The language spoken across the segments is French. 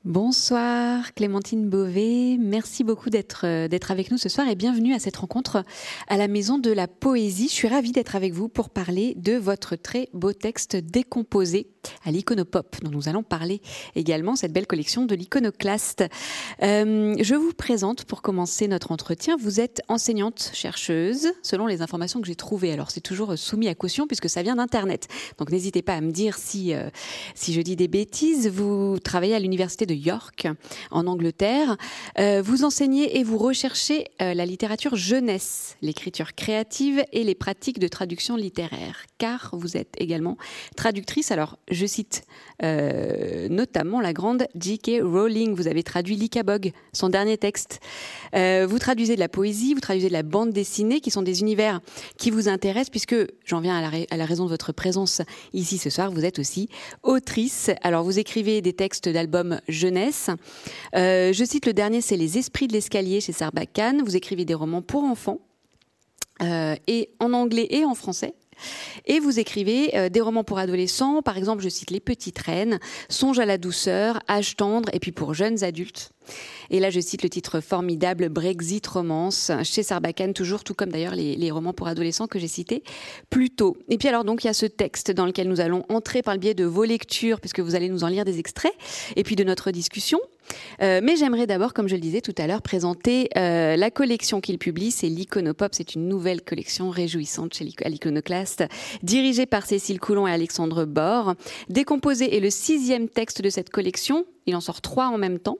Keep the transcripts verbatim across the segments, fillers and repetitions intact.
Bonsoir Clémentine Beauvais, merci beaucoup d'être euh, d'être avec nous ce soir et bienvenue à cette rencontre à la Maison de la Poésie. Je suis ravie d'être avec vous pour parler de votre très beau texte Décomposé à l'Iconopop, dont nous allons parler également, cette belle collection de l'Iconoclaste. Euh, je vous présente pour commencer notre entretien. Vous êtes enseignante chercheuse, selon les informations que j'ai trouvées. Alors c'est toujours soumis à caution puisque ça vient d'Internet. Donc n'hésitez pas à me dire si, euh, si je dis des bêtises. Vous travaillez à l'université de York, en Angleterre. Euh, vous enseignez et vous recherchez euh, la littérature jeunesse, l'écriture créative et les pratiques de traduction littéraire, car vous êtes également traductrice. Alors, je cite euh, notamment la grande J K Rowling. Vous avez traduit l'Icabog, son dernier texte. Euh, vous traduisez de la poésie, vous traduisez de la bande dessinée, qui sont des univers qui vous intéressent, puisque j'en viens à la, ra- à la raison de votre présence ici ce soir. Vous êtes aussi autrice. Alors, vous écrivez des textes d'albums jeunesse. Euh, je cite le dernier, c'est Les Esprits de l'escalier chez Sarbacane. Vous écrivez des romans pour enfants, euh, et en anglais et en français. Et vous écrivez euh, des romans pour adolescents, par exemple, je cite Les Petites Reines, Songe à la douceur, Âge tendre, et puis pour jeunes adultes. Et là, je cite le titre formidable Brexit Romance, chez Sarbacane, toujours, tout comme d'ailleurs les, les romans pour adolescents que j'ai cités plus tôt. Et puis alors, donc, il y a ce texte dans lequel nous allons entrer par le biais de vos lectures, puisque vous allez nous en lire des extraits, et puis de notre discussion. Euh, mais j'aimerais d'abord, comme je le disais tout à l'heure, présenter euh, la collection qu'il publie. C'est l'Iconopop, c'est une nouvelle collection réjouissante chez l'Ic- à l'Iconoclaste, dirigée par Cécile Coulon et Alexandre Bord. Décomposé est le sixième texte de cette collection. Il en sort trois en même temps.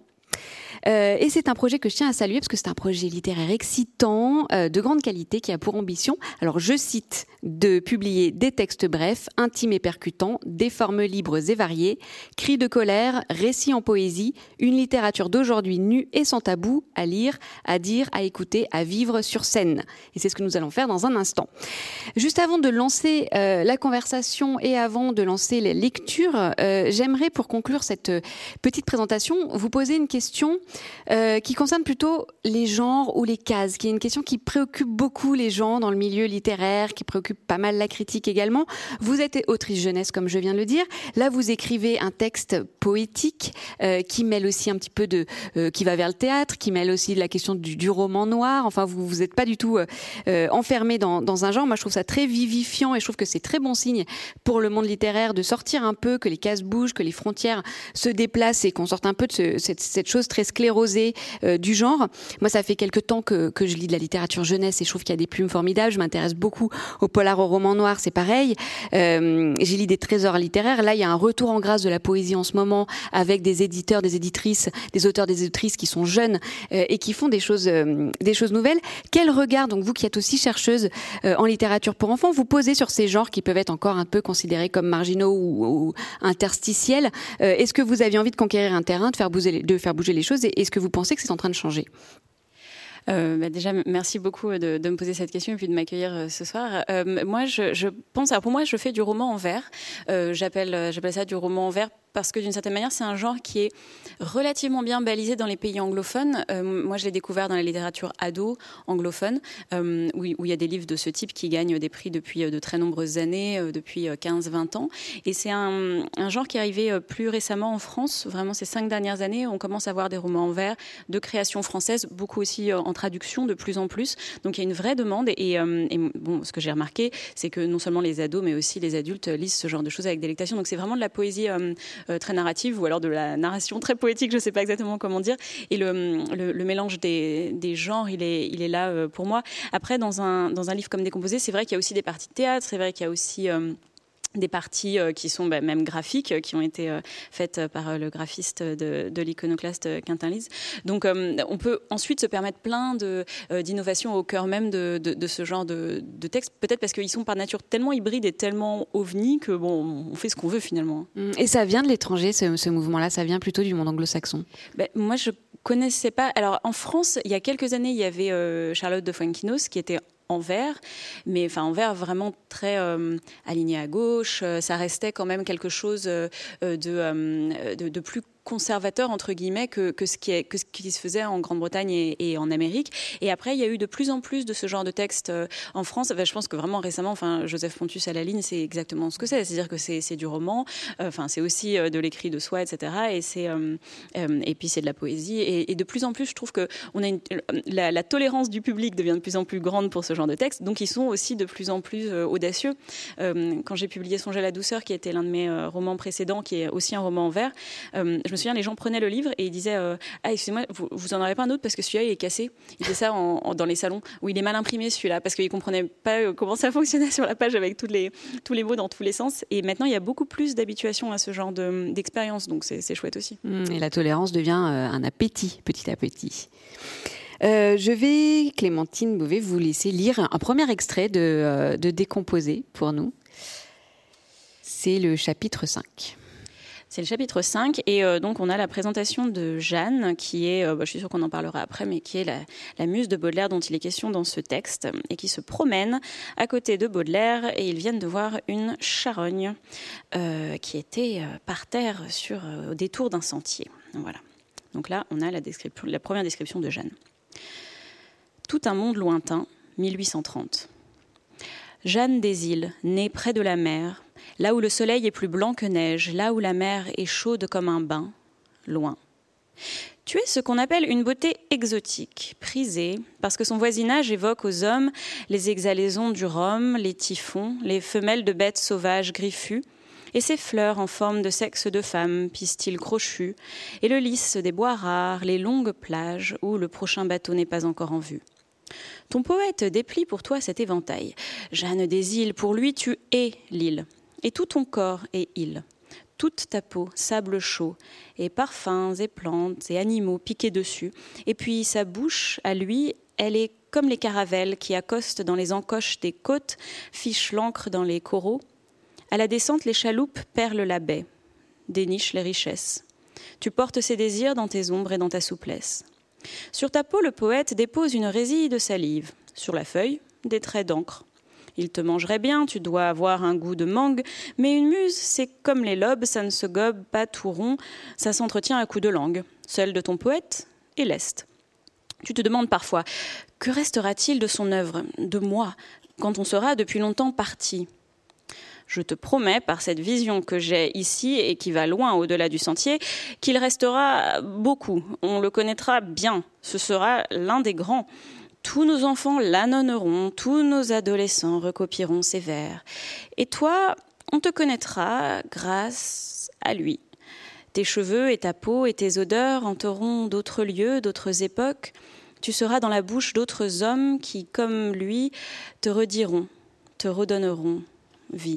Euh, et c'est un projet que je tiens à saluer parce que c'est un projet littéraire excitant, euh, de grande qualité, qui a pour ambition, alors je cite, de publier des textes brefs, intimes et percutants, des formes libres et variées, cris de colère, récits en poésie, une littérature d'aujourd'hui nue et sans tabou, à lire, à dire, à écouter, à vivre sur scène. Et c'est ce que nous allons faire dans un instant. Juste avant de lancer euh, la conversation et avant de lancer les lectures, euh, j'aimerais, pour conclure cette petite présentation, vous poser une question Euh, qui concerne plutôt les genres ou les cases, qui est une question qui préoccupe beaucoup les gens dans le milieu littéraire, qui préoccupe pas mal la critique également. Vous êtes autrice jeunesse, comme je viens de le dire. Là, vous écrivez un texte poétique euh, qui mêle aussi un petit peu de... Euh, qui va vers le théâtre, qui mêle aussi la question du, du roman noir. Enfin, vous vous êtes pas du tout euh, enfermé dans, dans un genre. Moi, je trouve ça très vivifiant et je trouve que c'est très bon signe pour le monde littéraire de sortir un peu, que les cases bougent, que les frontières se déplacent et qu'on sorte un peu de ce, cette, cette chose très sclérosée euh, du genre. Moi, ça fait quelque temps que, que je lis de la littérature jeunesse et je trouve qu'il y a des plumes formidables. Je m'intéresse beaucoup au polar, au roman noir, c'est pareil. Euh, j'ai lu des trésors littéraires. Là, il y a un retour en grâce de la poésie en ce moment avec des éditeurs, des éditrices, des auteurs, des autrices qui sont jeunes euh, et qui font des choses, euh, des choses nouvelles. Quel regard, donc vous qui êtes aussi chercheuse euh, en littérature pour enfants, vous posez sur ces genres qui peuvent être encore un peu considérés comme marginaux ou, ou interstitiels? euh, Est-ce que vous aviez envie de conquérir un terrain, de faire bouger les, de faire bouger les choses, et est-ce que vous pensez que c'est en train de changer? Euh, bah déjà, merci beaucoup de, de me poser cette question et puis de m'accueillir euh, ce soir. Euh, moi, je, je pense, alors pour moi, je fais du roman en vers. Euh, j'appelle, j'appelle ça du roman en vers parce que d'une certaine manière, c'est un genre qui est relativement bien balisé dans les pays anglophones. Euh, moi, je l'ai découvert dans la littérature ado anglophone, euh, où, où il y a des livres de ce type qui gagnent des prix depuis de très nombreuses années, euh, depuis quinze vingt ans. Et c'est un, un genre qui est arrivé plus récemment en France. Vraiment, ces cinq dernières années, on commence à voir des romans en vers de création française, beaucoup aussi en traduction de plus en plus. Donc, il y a une vraie demande. Et, euh, et bon, ce que j'ai remarqué, c'est que non seulement les ados, mais aussi les adultes lisent ce genre de choses avec délectation. Donc, c'est vraiment de la poésie euh, Euh, très narrative ou alors de la narration très poétique, je ne sais pas exactement comment dire. Et le, le, le mélange des, des genres, il est, il est là euh, pour moi. Après, dans un, dans un livre comme Décomposé, c'est vrai qu'il y a aussi des parties de théâtre, c'est vrai qu'il y a aussi... Euh, des parties euh, qui sont bah, même graphiques, euh, qui ont été euh, faites euh, par euh, le graphiste de, de l'Iconoclaste euh, Quentin Lise. Donc euh, on peut ensuite se permettre plein de, euh, d'innovations au cœur même de, de, de ce genre de, de textes, peut-être parce qu'ils sont par nature tellement hybrides et tellement ovni que bon, on fait ce qu'on veut finalement. Et ça vient de l'étranger, ce, ce mouvement-là, ça vient plutôt du monde anglo-saxon? Ben, moi, je connaissais pas... Alors en France, il y a quelques années, il y avait euh, Charlotte de Fuenquinos qui était en vers, mais enfin en vers vraiment très euh, aligné à gauche. Euh, ça restait quand même quelque chose euh, de, euh, de, de plus conservateur entre guillemets que, que, ce qui est, que ce qui se faisait en Grande-Bretagne et, et en Amérique. Et après, il y a eu de plus en plus de ce genre de textes euh, en France. Enfin, je pense que vraiment récemment, enfin, Joseph Pontus à la ligne, c'est exactement ce que c'est. C'est-à-dire que c'est, c'est du roman, euh, enfin, c'est aussi euh, de l'écrit de soi, et cetera. Et, c'est, euh, euh, et puis c'est de la poésie. Et, et de plus en plus, je trouve que on a une, la, la tolérance du public devient de plus en plus grande pour ce genre de textes. Donc, ils sont aussi de plus en plus euh, audacieux. Euh, quand j'ai publié Songer à la douceur, qui était l'un de mes euh, romans précédents, qui est aussi un roman en vers, euh, je me souviens, les gens prenaient le livre et ils disaient euh, ah, excusez-moi, vous, vous en aurez pas un autre parce que celui-là il est cassé. Ils disaient ça en, en, dans les salons où il est mal imprimé celui-là parce qu'ils comprenaient pas comment ça fonctionnait sur la page avec toutes les, tous les mots dans tous les sens. Et maintenant il y a beaucoup plus d'habituation à ce genre de, d'expérience, donc c'est, c'est chouette aussi. Et la tolérance devient euh, un appétit petit à petit. Euh, je vais, Clémentine Beauvais, vous laisser lire un premier extrait de, euh, de Décomposer pour nous. C'est le chapitre cinq. C'est le chapitre cinq et euh, donc on a la présentation de Jeanne qui est, euh, bah, je suis sûre qu'on en parlera après, mais qui est la, la muse de Baudelaire dont il est question dans ce texte et qui se promène à côté de Baudelaire et ils viennent de voir une charogne euh, qui était euh, par terre sur, euh, au détour d'un sentier. Voilà. Donc là, on a la, description, la première description de Jeanne. Tout un monde lointain, mille huit cent trente. Jeanne des îles, née près de la mer, là où le soleil est plus blanc que neige, là où la mer est chaude comme un bain, loin. Tu es ce qu'on appelle une beauté exotique, prisée, parce que son voisinage évoque aux hommes les exhalaisons du rhum, les typhons, les femelles de bêtes sauvages griffues, et ses fleurs en forme de sexe de femme, pistils crochus, et le lys des bois rares, les longues plages où le prochain bateau n'est pas encore en vue. Ton poète déplie pour toi cet éventail. Jeanne des îles, pour lui tu es l'île, et tout ton corps est île. Toute ta peau, sable chaud, et parfums et plantes et animaux piqués dessus. Et puis sa bouche, à lui, elle est comme les caravelles qui accostent dans les encoches des côtes, fichent l'ancre dans les coraux. À la descente, les chaloupes perlent la baie, dénichent les richesses. Tu portes ses désirs dans tes ombres et dans ta souplesse. Sur ta peau, le poète dépose une résille de salive. Sur la feuille, des traits d'encre. Il te mangerait bien, tu dois avoir un goût de mangue, mais une muse, c'est comme les lobes, ça ne se gobe pas tout rond, ça s'entretient à coups de langue. Celle de ton poète est leste. Tu te demandes parfois, que restera-t-il de son œuvre, de moi, quand on sera depuis longtemps parti ? Je te promets, par cette vision que j'ai ici et qui va loin au-delà du sentier, qu'il restera beaucoup. On le connaîtra bien. Ce sera l'un des grands. Tous nos enfants l'annonneront, tous nos adolescents recopieront ses vers. Et toi, on te connaîtra grâce à lui. Tes cheveux et ta peau et tes odeurs hanteront d'autres lieux, d'autres époques. Tu seras dans la bouche d'autres hommes qui, comme lui, te rediront, te redonneront vie.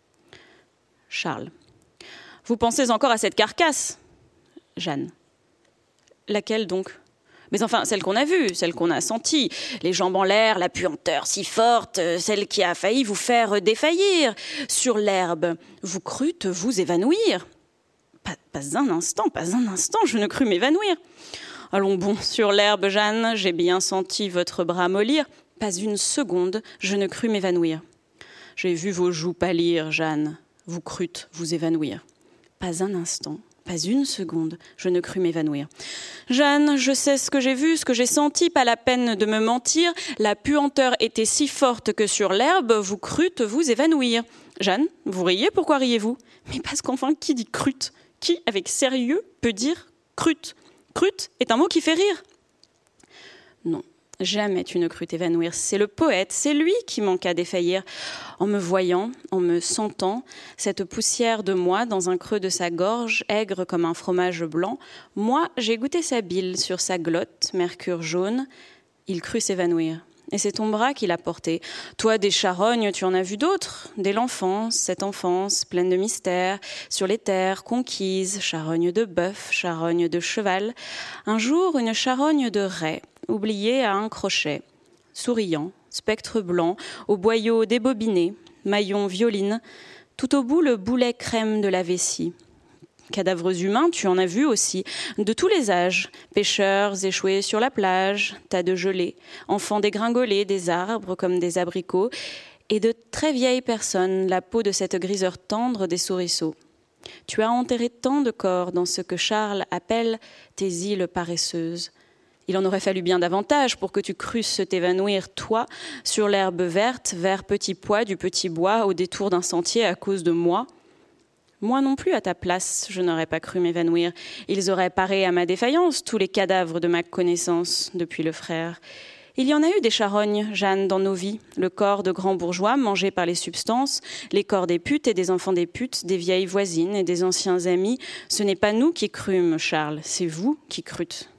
Charles. Vous pensez encore à cette carcasse ? Jeanne. Laquelle donc ? Mais enfin, celle qu'on a vue, celle qu'on a sentie, les jambes en l'air, la puanteur si forte, celle qui a failli vous faire défaillir. Sur l'herbe, vous crûtes vous évanouir. Pas, pas un instant, pas un instant, je ne crus m'évanouir. Allons bon, sur l'herbe, Jeanne, j'ai bien senti votre bras mollir. Pas une seconde, je ne crus m'évanouir. J'ai vu vos joues pâlir, Jeanne. Vous crûtes vous évanouir. Pas un instant, pas une seconde, je ne crus m'évanouir. Jeanne, je sais ce que j'ai vu, ce que j'ai senti, pas la peine de me mentir. La puanteur était si forte que sur l'herbe, vous crûtes vous évanouir. Jeanne, vous riez, pourquoi riez-vous ? Mais parce qu'enfin, qui dit crûte ? Qui, avec sérieux, peut dire crûte ? Crûte est un mot qui fait rire. Non. Jamais tu ne crus t'évanouir. C'est le poète, c'est lui qui manqua défaillir. En me voyant, en me sentant, cette poussière de moi dans un creux de sa gorge, aigre comme un fromage blanc, moi, j'ai goûté sa bile sur sa glotte, mercure jaune. Il crut s'évanouir. Et c'est ton bras qui l'a porté. Toi, des charognes, tu en as vu d'autres. Dès l'enfance, cette enfance pleine de mystères, sur les terres conquises, charogne de bœuf, charogne de cheval. Un jour, une charogne de raie, oubliée à un crochet. Souriant, spectre blanc, au boyau débobiné, maillon violine, tout au bout le boulet crème de la vessie. Cadavres humains, tu en as vu aussi, de tous les âges, pêcheurs échoués sur la plage, tas de gelées, enfants dégringolés des arbres comme des abricots, et de très vieilles personnes, la peau de cette griseur tendre des souriceaux. Tu as enterré tant de corps dans ce que Charles appelle tes îles paresseuses. Il en aurait fallu bien davantage pour que tu crusses t'évanouir, toi, sur l'herbe verte, vers petit pois du petit bois, au détour d'un sentier à cause de moi. Moi non plus, à ta place, je n'aurais pas cru m'évanouir. Ils auraient paré à ma défaillance, tous les cadavres de ma connaissance, depuis le frère. Il y en a eu des charognes, Jeanne, dans nos vies. Le corps de grands bourgeois mangés par les substances, les corps des putes et des enfants des putes, des vieilles voisines et des anciens amis. Ce n'est pas nous qui crûmes, Charles, c'est vous qui crûtes.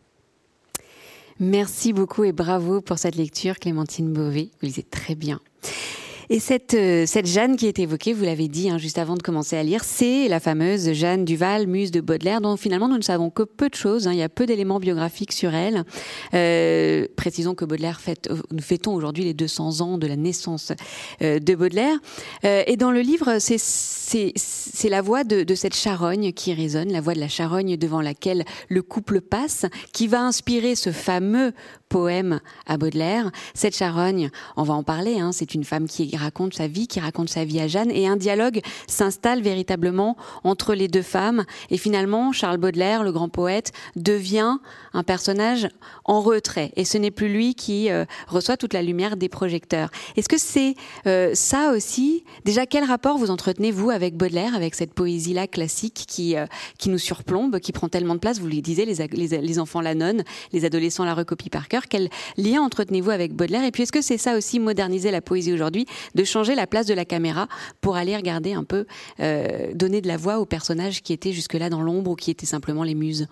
Merci beaucoup et bravo pour cette lecture, Clémentine Beauvais. Vous lisez très bien. Et cette, euh, cette Jeanne qui est évoquée, vous l'avez dit hein, juste avant de commencer à lire, c'est la fameuse Jeanne Duval, muse de Baudelaire, dont finalement nous ne savons que peu de choses. Hein, il y a peu d'éléments biographiques sur elle. Euh, précisons que Baudelaire fête, nous fêtons aujourd'hui les deux cents ans de la naissance euh, de Baudelaire. Euh, et dans le livre, c'est, c'est, c'est la voix de, de cette charogne qui résonne, la voix de la charogne devant laquelle le couple passe, qui va inspirer ce fameux poème à Baudelaire. Cette charogne, on va en parler, hein, c'est une femme qui raconte sa vie, qui raconte sa vie à Jeanne, et un dialogue s'installe véritablement entre les deux femmes. Et finalement, Charles Baudelaire, le grand poète, devient un personnage en retrait. Et ce n'est plus lui qui euh, reçoit toute la lumière des projecteurs. Est-ce que c'est euh, ça aussi? Déjà, quel rapport vous entretenez, vous, avec Baudelaire, avec cette poésie-là classique qui, euh, qui nous surplombe, qui prend tellement de place? Vous le disiez, les, les, les enfants la nonnent, les adolescents la recopient par cœur. Quel lien entretenez-vous avec Baudelaire? Et puis, est-ce que c'est ça aussi, moderniser la poésie aujourd'hui, de changer la place de la caméra pour aller regarder un peu, euh, donner de la voix aux personnages qui étaient jusque-là dans l'ombre ou qui étaient simplement les muses?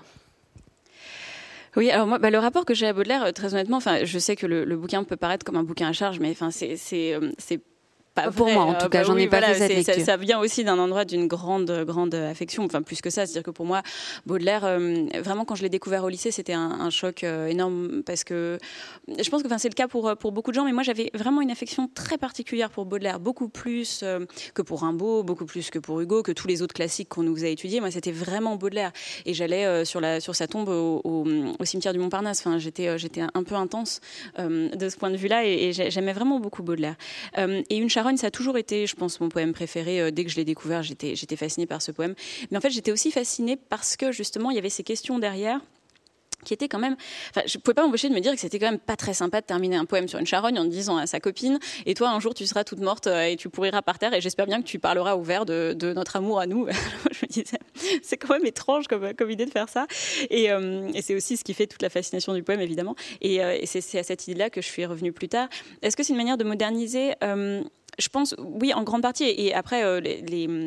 Oui, alors moi, bah, le rapport que j'ai à Baudelaire, très honnêtement, enfin, je sais que le, le bouquin peut paraître comme un bouquin à charge, mais enfin, c'est, c'est, c'est pas pour vrai. moi, en tout cas, bah, j'en oui, ai pas voilà, fait cette lecture. Ça, ça vient aussi d'un endroit d'une grande, grande affection, enfin plus que ça. C'est-à-dire que pour moi, Baudelaire, euh, vraiment, quand je l'ai découvert au lycée, c'était un, un choc euh, énorme parce que je pense que, enfin, c'est le cas pour pour beaucoup de gens, mais moi, j'avais vraiment une affection très particulière pour Baudelaire, beaucoup plus euh, que pour Rimbaud, beaucoup plus que pour Hugo, que tous les autres classiques qu'on nous a étudiés. Moi, c'était vraiment Baudelaire, et j'allais euh, sur la sur sa tombe au, au, au cimetière du Montparnasse. Enfin, j'étais euh, j'étais un peu intense euh, de ce point de vue-là, et, et j'aimais vraiment beaucoup Baudelaire. Euh, et Une charogne, ça a toujours été, je pense, mon poème préféré. Euh, dès que je l'ai découvert, j'étais, j'étais fascinée par ce poème. Mais en fait, j'étais aussi fascinée parce que, justement, il y avait ces questions derrière qui était quand même... Enfin, je ne pouvais pas m'empêcher de me dire que c'était quand même pas très sympa de terminer un poème sur une charogne en disant à sa copine « Et toi, un jour, tu seras toute morte et tu pourriras par terre et j'espère bien que tu parleras au vert de, de notre amour à nous. » Je me disais, c'est quand même étrange comme, comme idée de faire ça. Et, euh, et c'est aussi ce qui fait toute la fascination du poème, évidemment. Et, euh, et c'est, c'est à cette idée-là que je suis revenue plus tard. Est-ce que c'est une manière de moderniser euh, je pense, oui, en grande partie. Et après, euh, les,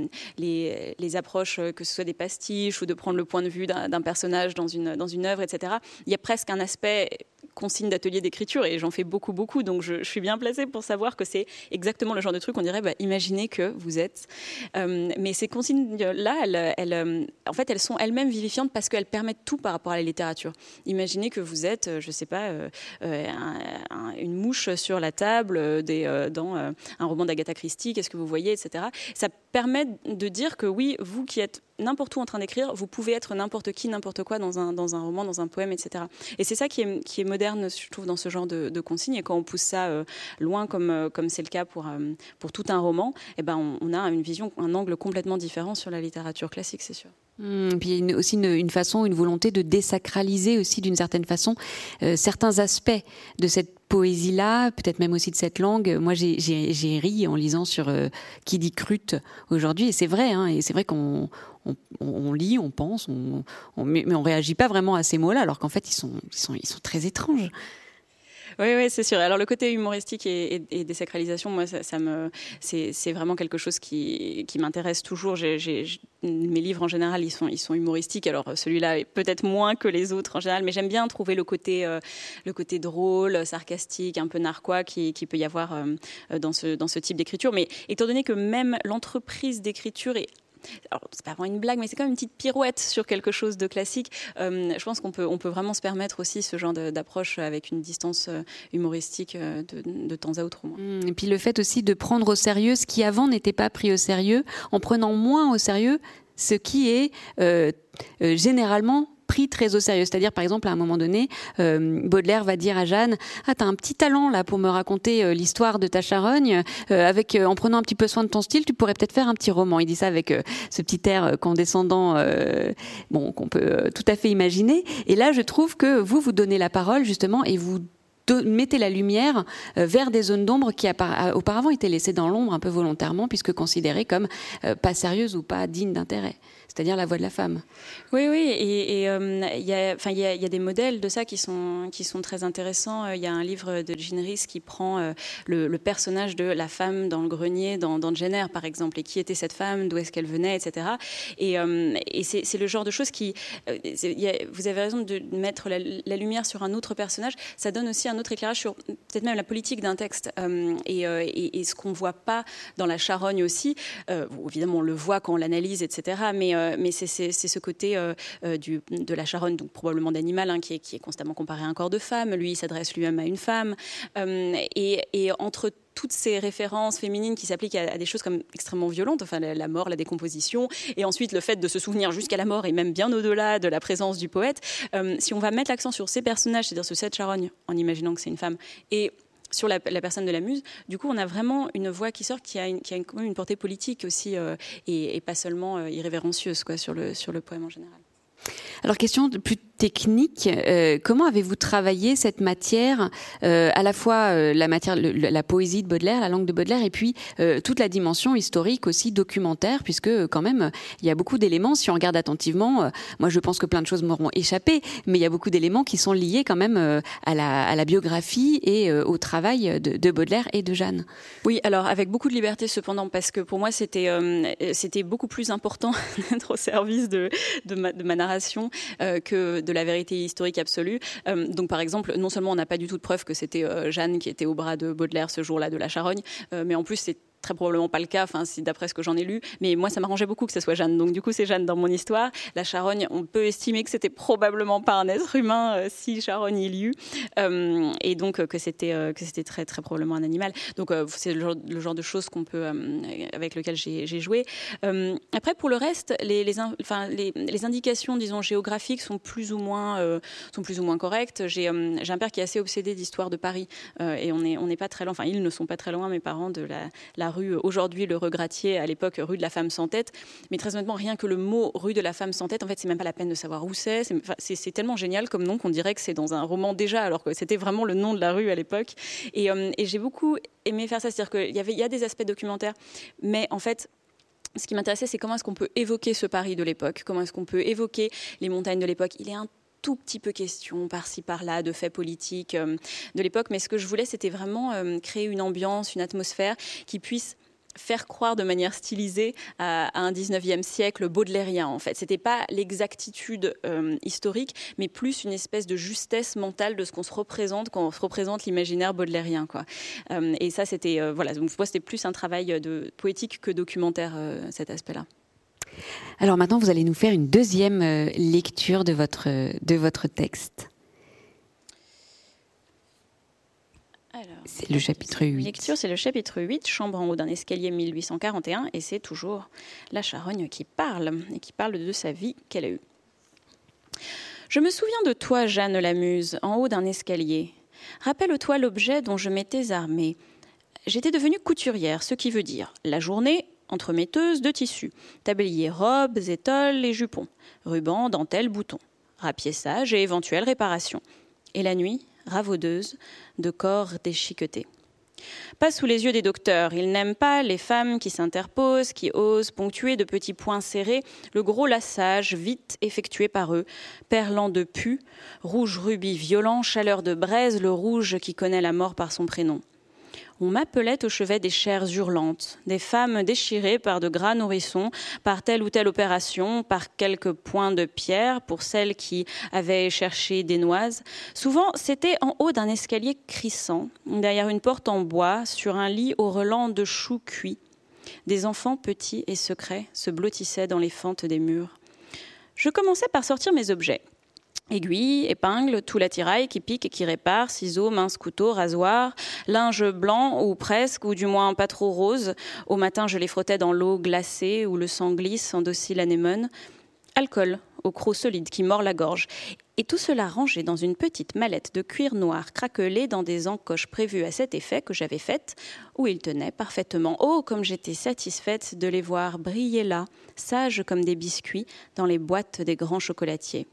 les, les approches, que ce soit des pastiches ou de prendre le point de vue d'un, d'un personnage dans une, dans une œuvre, et cetera, il y a presque un aspect consigne d'atelier d'écriture et j'en fais beaucoup, beaucoup. Donc, je, je suis bien placée pour savoir que c'est exactement le genre de truc. On dirait, bah, imaginez que vous êtes... Euh, mais ces consignes-là, elles, elles, en fait, elles sont elles-mêmes vivifiantes parce qu'elles permettent tout par rapport à la littérature. Imaginez que vous êtes, je ne sais pas, euh, un, un, une mouche sur la table des, euh, dans euh, un roman d'Agatha Christie, qu'est-ce que vous voyez, et cetera. Ça permet de dire que oui, vous qui êtes n'importe où en train d'écrire, vous pouvez être n'importe qui, n'importe quoi dans un, dans un roman, dans un poème, et cetera. Et c'est ça qui est, qui est moderne, je trouve, dans ce genre de, de consignes. Et quand on pousse ça euh, loin, comme, euh, comme c'est le cas pour, euh, pour tout un roman, eh ben on, on a une vision, un angle complètement différent sur la littérature classique, c'est sûr. Mmh, puis il y a une, aussi une, une façon, une volonté de désacraliser aussi d'une certaine façon euh, certains aspects de cette poésie-là, peut-être même aussi de cette langue. Moi, j'ai, j'ai, j'ai ri en lisant sur euh, qui dit crute aujourd'hui, et c'est vrai, hein, et c'est vrai qu'on on, on lit, on pense, on, on, mais, mais on réagit pas vraiment à ces mots-là, alors qu'en fait, ils sont, ils sont, ils sont très étranges. Oui, oui, c'est sûr. Alors le côté humoristique et, et, et désacralisation, moi, ça, ça me, c'est, c'est vraiment quelque chose qui, qui m'intéresse toujours. J'ai, j'ai, mes livres en général, ils sont, ils sont humoristiques. Alors celui-là est peut-être moins que les autres en général, mais j'aime bien trouver le côté, euh, le côté drôle, sarcastique, un peu narquois qui, qui peut y avoir euh, dans ce, dans ce type d'écriture. Mais étant donné que même l'entreprise d'écriture est alors, c'est pas vraiment une blague, mais c'est quand même une petite pirouette sur quelque chose de classique. Euh, je pense qu'on peut, on peut vraiment se permettre aussi ce genre de, d'approche avec une distance humoristique de, de temps à autre. Au moins. Et puis le fait aussi de prendre au sérieux ce qui avant n'était pas pris au sérieux, en prenant moins au sérieux ce qui est euh, euh, généralement pris très au sérieux. C'est-à-dire, par exemple, à un moment donné, euh, Baudelaire va dire à Jeanne « Ah, t'as un petit talent là pour me raconter euh, l'histoire de ta charogne. Euh, avec, euh, en prenant un petit peu soin de ton style, tu pourrais peut-être faire un petit roman. » Il dit ça avec euh, ce petit air euh, condescendant euh, bon, qu'on peut euh, tout à fait imaginer. Et là, je trouve que vous, vous donnez la parole justement et vous de, mettez la lumière euh, vers des zones d'ombre qui appara- auparavant étaient laissées dans l'ombre un peu volontairement puisque considérées comme euh, pas sérieuses ou pas dignes d'intérêt. C'est-à-dire la voix de la femme. Oui, oui, et il euh, y, y, y a des modèles de ça qui sont, qui sont très intéressants. Il y a un livre de Jean Rhys qui prend euh, le, le personnage de la femme dans le grenier, dans, dans Jane Eyre, par exemple, et qui était cette femme, d'où est-ce qu'elle venait, et cetera. Et, euh, et c'est, c'est le genre de choses qui... Euh, y a, vous avez raison de mettre la, la lumière sur un autre personnage. Ça donne aussi un autre éclairage sur peut-être même la politique d'un texte. Euh, et, euh, et, et ce qu'on ne voit pas dans la charogne aussi, euh, évidemment, on le voit quand on l'analyse, et cetera, mais... Euh, mais c'est, c'est, c'est ce côté euh, euh, du, de la charogne, donc probablement d'animal, hein, qui, est, qui est constamment comparé à un corps de femme. Lui, il s'adresse lui-même à une femme. Euh, et, et entre toutes ces références féminines qui s'appliquent à, à des choses comme extrêmement violentes, enfin la, la mort, la décomposition, et ensuite le fait de se souvenir jusqu'à la mort et même bien au-delà de la présence du poète, euh, si on va mettre l'accent sur ces personnages, c'est-à-dire sur cette charogne, en imaginant que c'est une femme, et sur la, la personne de la muse, du coup on a vraiment une voix qui sort qui a une, qui a une, quand même une portée politique aussi euh, et, et pas seulement euh, irrévérencieuse quoi, sur, le, sur le poème en général. Alors, question plus technique, euh, comment avez-vous travaillé cette matière, euh, à la fois euh, la matière, le, la poésie de Baudelaire, la langue de Baudelaire, et puis euh, toute la dimension historique aussi, documentaire, puisque euh, quand même, il y a beaucoup d'éléments, si on regarde attentivement, euh, moi je pense que plein de choses m'auront échappé, mais il y a beaucoup d'éléments qui sont liés quand même euh, à, la, à la biographie et euh, au travail de, de Baudelaire et de Jeanne. Oui, alors avec beaucoup de liberté cependant, parce que pour moi c'était, euh, c'était beaucoup plus important d'être au service de, de, ma, de ma narration euh, que de la vérité historique absolue. Euh, donc par exemple, non seulement on n'a pas du tout de preuve que c'était euh, Jeanne qui était au bras de Baudelaire ce jour-là de la charogne, euh, mais en plus c'est très probablement pas le cas, enfin, si, d'après ce que j'en ai lu, mais moi ça m'arrangeait beaucoup que ce soit Jeanne, donc du coup c'est Jeanne dans mon histoire. La charogne, on peut estimer que c'était probablement pas un être humain euh, si charogne il y eut, euh, et donc euh, que c'était euh, que c'était très très probablement un animal. Donc euh, c'est le genre, le genre de choses qu'on peut euh, avec lequel j'ai, j'ai joué. Euh, après pour le reste, les les, enfin, les les indications disons géographiques sont plus ou moins euh, sont plus ou moins correctes. J'ai euh, j'ai un père qui est assez obsédé d'histoire de Paris euh, et on est on n'est pas très loin, enfin ils ne sont pas très loin mes parents de la la rue, aujourd'hui le Regrattier, à l'époque rue de la Femme sans tête, mais très honnêtement rien que le mot rue de la Femme sans tête, en fait c'est même pas la peine de savoir où c'est, c'est, enfin, c'est, c'est tellement génial comme nom qu'on dirait que c'est dans un roman déjà, alors que c'était vraiment le nom de la rue à l'époque, et, euh, et j'ai beaucoup aimé faire ça, c'est-à-dire qu'il y avait, il y a des aspects documentaires, mais en fait ce qui m'intéressait c'est comment est-ce qu'on peut évoquer ce Paris de l'époque, comment est-ce qu'on peut évoquer les montagnes de l'époque. Il est un tout petit peu question par-ci par-là de faits politiques euh, de l'époque, mais ce que je voulais c'était vraiment euh, créer une ambiance, une atmosphère qui puisse faire croire de manière stylisée à, à un dix-neuvième siècle baudelairien en fait. C'était pas l'exactitude euh, historique, mais plus une espèce de justesse mentale de ce qu'on se représente quand on se représente l'imaginaire baudelairien quoi. Euh, et ça c'était euh, voilà, donc moi c'était plus un travail de poétique que documentaire euh, cet aspect-là. Alors maintenant, vous allez nous faire une deuxième euh, lecture de votre, de votre texte. Alors, c'est le chapitre huit. Lecture, c'est le chapitre huit, Chambre en haut d'un escalier mille huit cent quarante et un, et c'est toujours la charogne qui parle, et qui parle de sa vie qu'elle a eue. Je me souviens de toi, Jeanne la Muse, en haut d'un escalier. Rappelle-toi l'objet dont je m'étais armée. J'étais devenue couturière, ce qui veut dire la journée, entremetteuse de tissus, tablier robes, étoiles et jupons, rubans, dentelles, boutons, rapiessage et éventuelle réparation. Et la nuit, ravaudeuse de corps déchiquetés. Pas sous les yeux des docteurs, ils n'aiment pas les femmes qui s'interposent, qui osent ponctuer de petits points serrés le gros lassage vite effectué par eux, perlant de pu, rouge rubis violent, chaleur de braise, le rouge qui connaît la mort par son prénom. On m'appelait au chevet des chairs hurlantes, des femmes déchirées par de gras nourrissons, par telle ou telle opération, par quelques points de pierre pour celles qui avaient cherché des noises. Souvent, c'était en haut d'un escalier crissant, derrière une porte en bois, sur un lit au relent de choux cuits. Des enfants petits et secrets se blottissaient dans les fentes des murs. Je commençais par sortir mes objets. Aiguilles, épingles, tout l'attirail qui pique et qui répare, ciseaux, minces couteaux, rasoirs, linge blanc ou presque, ou du moins pas trop rose. Au matin, je les frottais dans l'eau glacée où le sang glisse en docile anémone. Alcool, au croc solide qui mord la gorge. Et tout cela rangé dans une petite mallette de cuir noir craquelée dans des encoches prévues à cet effet que j'avais faites, où ils tenaient parfaitement. Oh, comme j'étais satisfaite de les voir briller là, sages comme des biscuits, dans les boîtes des grands chocolatiers.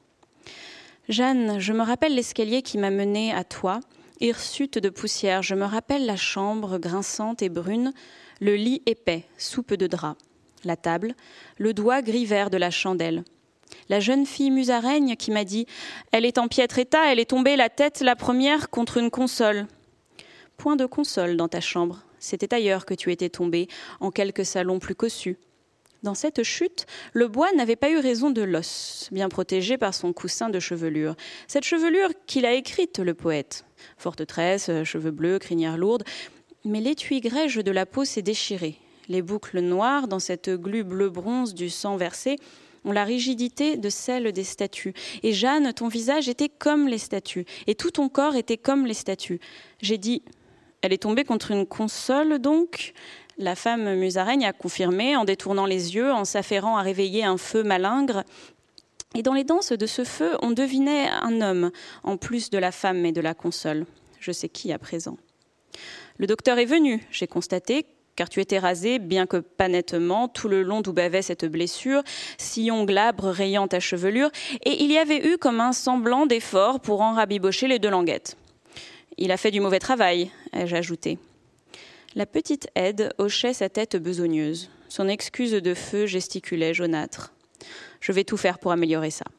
Jeanne, je me rappelle l'escalier qui m'a menée à toi, hirsute de poussière. Je me rappelle la chambre grinçante et brune, le lit épais, soupe de drap, la table, le doigt gris-vert de la chandelle. La jeune fille musaraigne qui m'a dit « Elle est en piètre état, elle est tombée la tête la première contre une console. » Point de console dans ta chambre. C'était ailleurs que tu étais tombée, en quelque salon plus cossu. Dans cette chute, le bois n'avait pas eu raison de l'os, bien protégé par son coussin de chevelure. Cette chevelure qu'il a écrite, le poète. Forte tresse, cheveux bleus, crinière lourde. Mais l'étui grège de la peau s'est déchiré. Les boucles noires, dans cette glu bleu-bronze du sang versé, ont la rigidité de celle des statues. Et Jeanne, ton visage était comme les statues, et tout ton corps était comme les statues. J'ai dit, elle est tombée contre une console donc ? La femme musaraigne a confirmé en détournant les yeux, en s'affairant à réveiller un feu malingre. Et dans les danses de ce feu, on devinait un homme, en plus de la femme et de la console. Je sais qui à présent. Le docteur est venu, j'ai constaté, car tu étais rasé, bien que pas nettement, tout le long d'où bavait cette blessure, sillon glabre rayant ta chevelure, et il y avait eu comme un semblant d'effort pour en rabibocher les deux languettes. Il a fait du mauvais travail, ai-je ajouté. La petite aide hochait sa tête besogneuse. Son excuse de feu gesticulait jaunâtre. Je vais tout faire pour améliorer ça.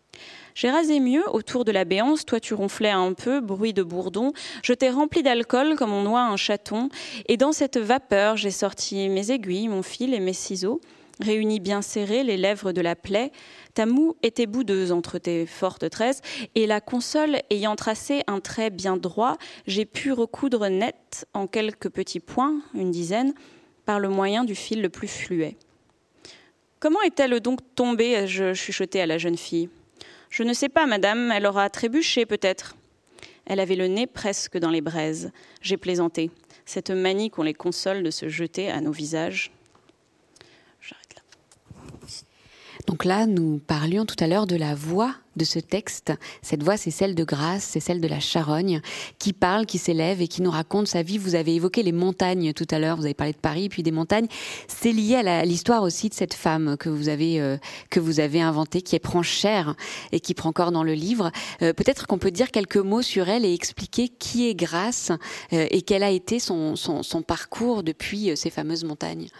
J'ai rasé mieux autour de la béance, toi tu ronflais un peu, bruit de bourdon. Je t'ai rempli d'alcool comme on noie un chaton. Et dans cette vapeur, j'ai sorti mes aiguilles, mon fil et mes ciseaux, réunis bien serrés, les lèvres de la plaie. Ta moue était boudeuse entre tes fortes tresses, et la console ayant tracé un trait bien droit, j'ai pu recoudre net en quelques petits points, une dizaine, par le moyen du fil le plus fluet. Comment est-elle donc tombée, ai-je chuchoté à la jeune fille ? Je ne sais pas, madame, elle aura trébuché peut-être. Elle avait le nez presque dans les braises. J'ai plaisanté. Cette manie qu'ont les consoles de se jeter à nos visages. J'arrête là. Donc là, nous parlions tout à l'heure de la voix de ce texte. Cette voix, c'est celle de Grace, c'est celle de la Charogne, qui parle, qui s'élève et qui nous raconte sa vie. Vous avez évoqué les montagnes tout à l'heure, vous avez parlé de Paris, puis des montagnes. C'est lié à, la, à l'histoire aussi de cette femme que vous avez euh, que vous avez inventée, qui prend chair et qui prend corps dans le livre. Euh, peut-être qu'on peut dire quelques mots sur elle et expliquer qui est Grace euh, et quel a été son, son, son parcours depuis euh, ces fameuses montagnes.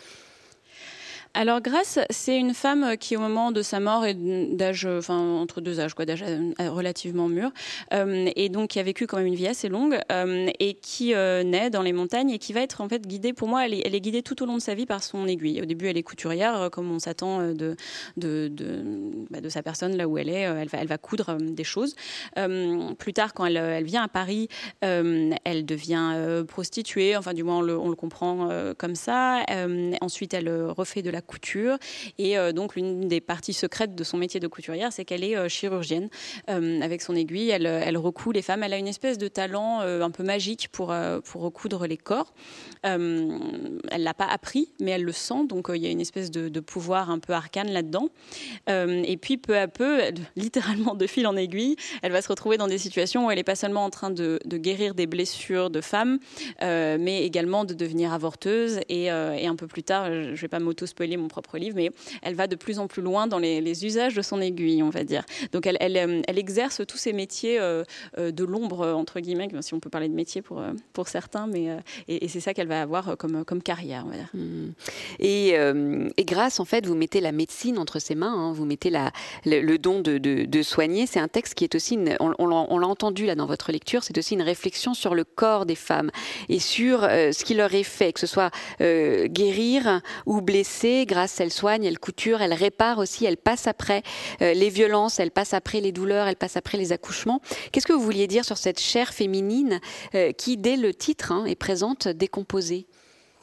Alors Grace, c'est une femme qui au moment de sa mort est d'âge, enfin entre deux âges, quoi, d'âge relativement mûr, euh, et donc qui a vécu quand même une vie assez longue euh, et qui euh, naît dans les montagnes et qui va être en fait guidée. Pour moi, elle est, elle est guidée tout au long de sa vie par son aiguille. Au début, elle est couturière, comme on s'attend de de de, bah, de sa personne là où elle est. Elle va elle va coudre des choses. Euh, plus tard, quand elle, elle vient à Paris, euh, elle devient euh, prostituée. Enfin, du moins, on le, on le comprend euh, comme ça. Euh, ensuite, elle refait de la couture et euh, donc l'une des parties secrètes de son métier de couturière, c'est qu'elle est euh, chirurgienne. Euh, avec son aiguille, elle, elle recoud les femmes. Elle a une espèce de talent euh, un peu magique pour, euh, pour recoudre les corps. Euh, elle l'a pas appris, mais elle le sent, donc euh, il y a une espèce de, de pouvoir un peu arcane là-dedans. Euh, et puis peu à peu, littéralement de fil en aiguille, elle va se retrouver dans des situations où elle n'est pas seulement en train de, de guérir des blessures de femmes, euh, mais également de devenir avorteuse. Et, euh, et un peu plus tard, je ne vais pas m'auto-spoiler mon propre livre, mais elle va de plus en plus loin dans les, les usages de son aiguille, on va dire. Donc elle, elle, elle exerce tous ces métiers euh, de l'ombre, entre guillemets, si on peut parler de métier pour, pour certains, mais, et, et c'est ça qu'elle va avoir comme, comme carrière, on va dire. Mmh. Et, euh, et Grace, en fait, vous mettez la médecine entre ses mains, hein, vous mettez la, le, le don de, de, de soigner. C'est un texte qui est aussi, une, on, on, l'a, on l'a entendu là dans votre lecture, c'est aussi une réflexion sur le corps des femmes et sur euh, ce qui leur est fait, que ce soit euh, guérir ou blesser. Grace, elle soigne, elle couture, elle répare aussi, elle passe après euh, les violences, elle passe après les douleurs, elle passe après les accouchements. Qu'est-ce que vous vouliez dire sur cette chair féminine euh, qui, dès le titre, hein, est présente décomposée ?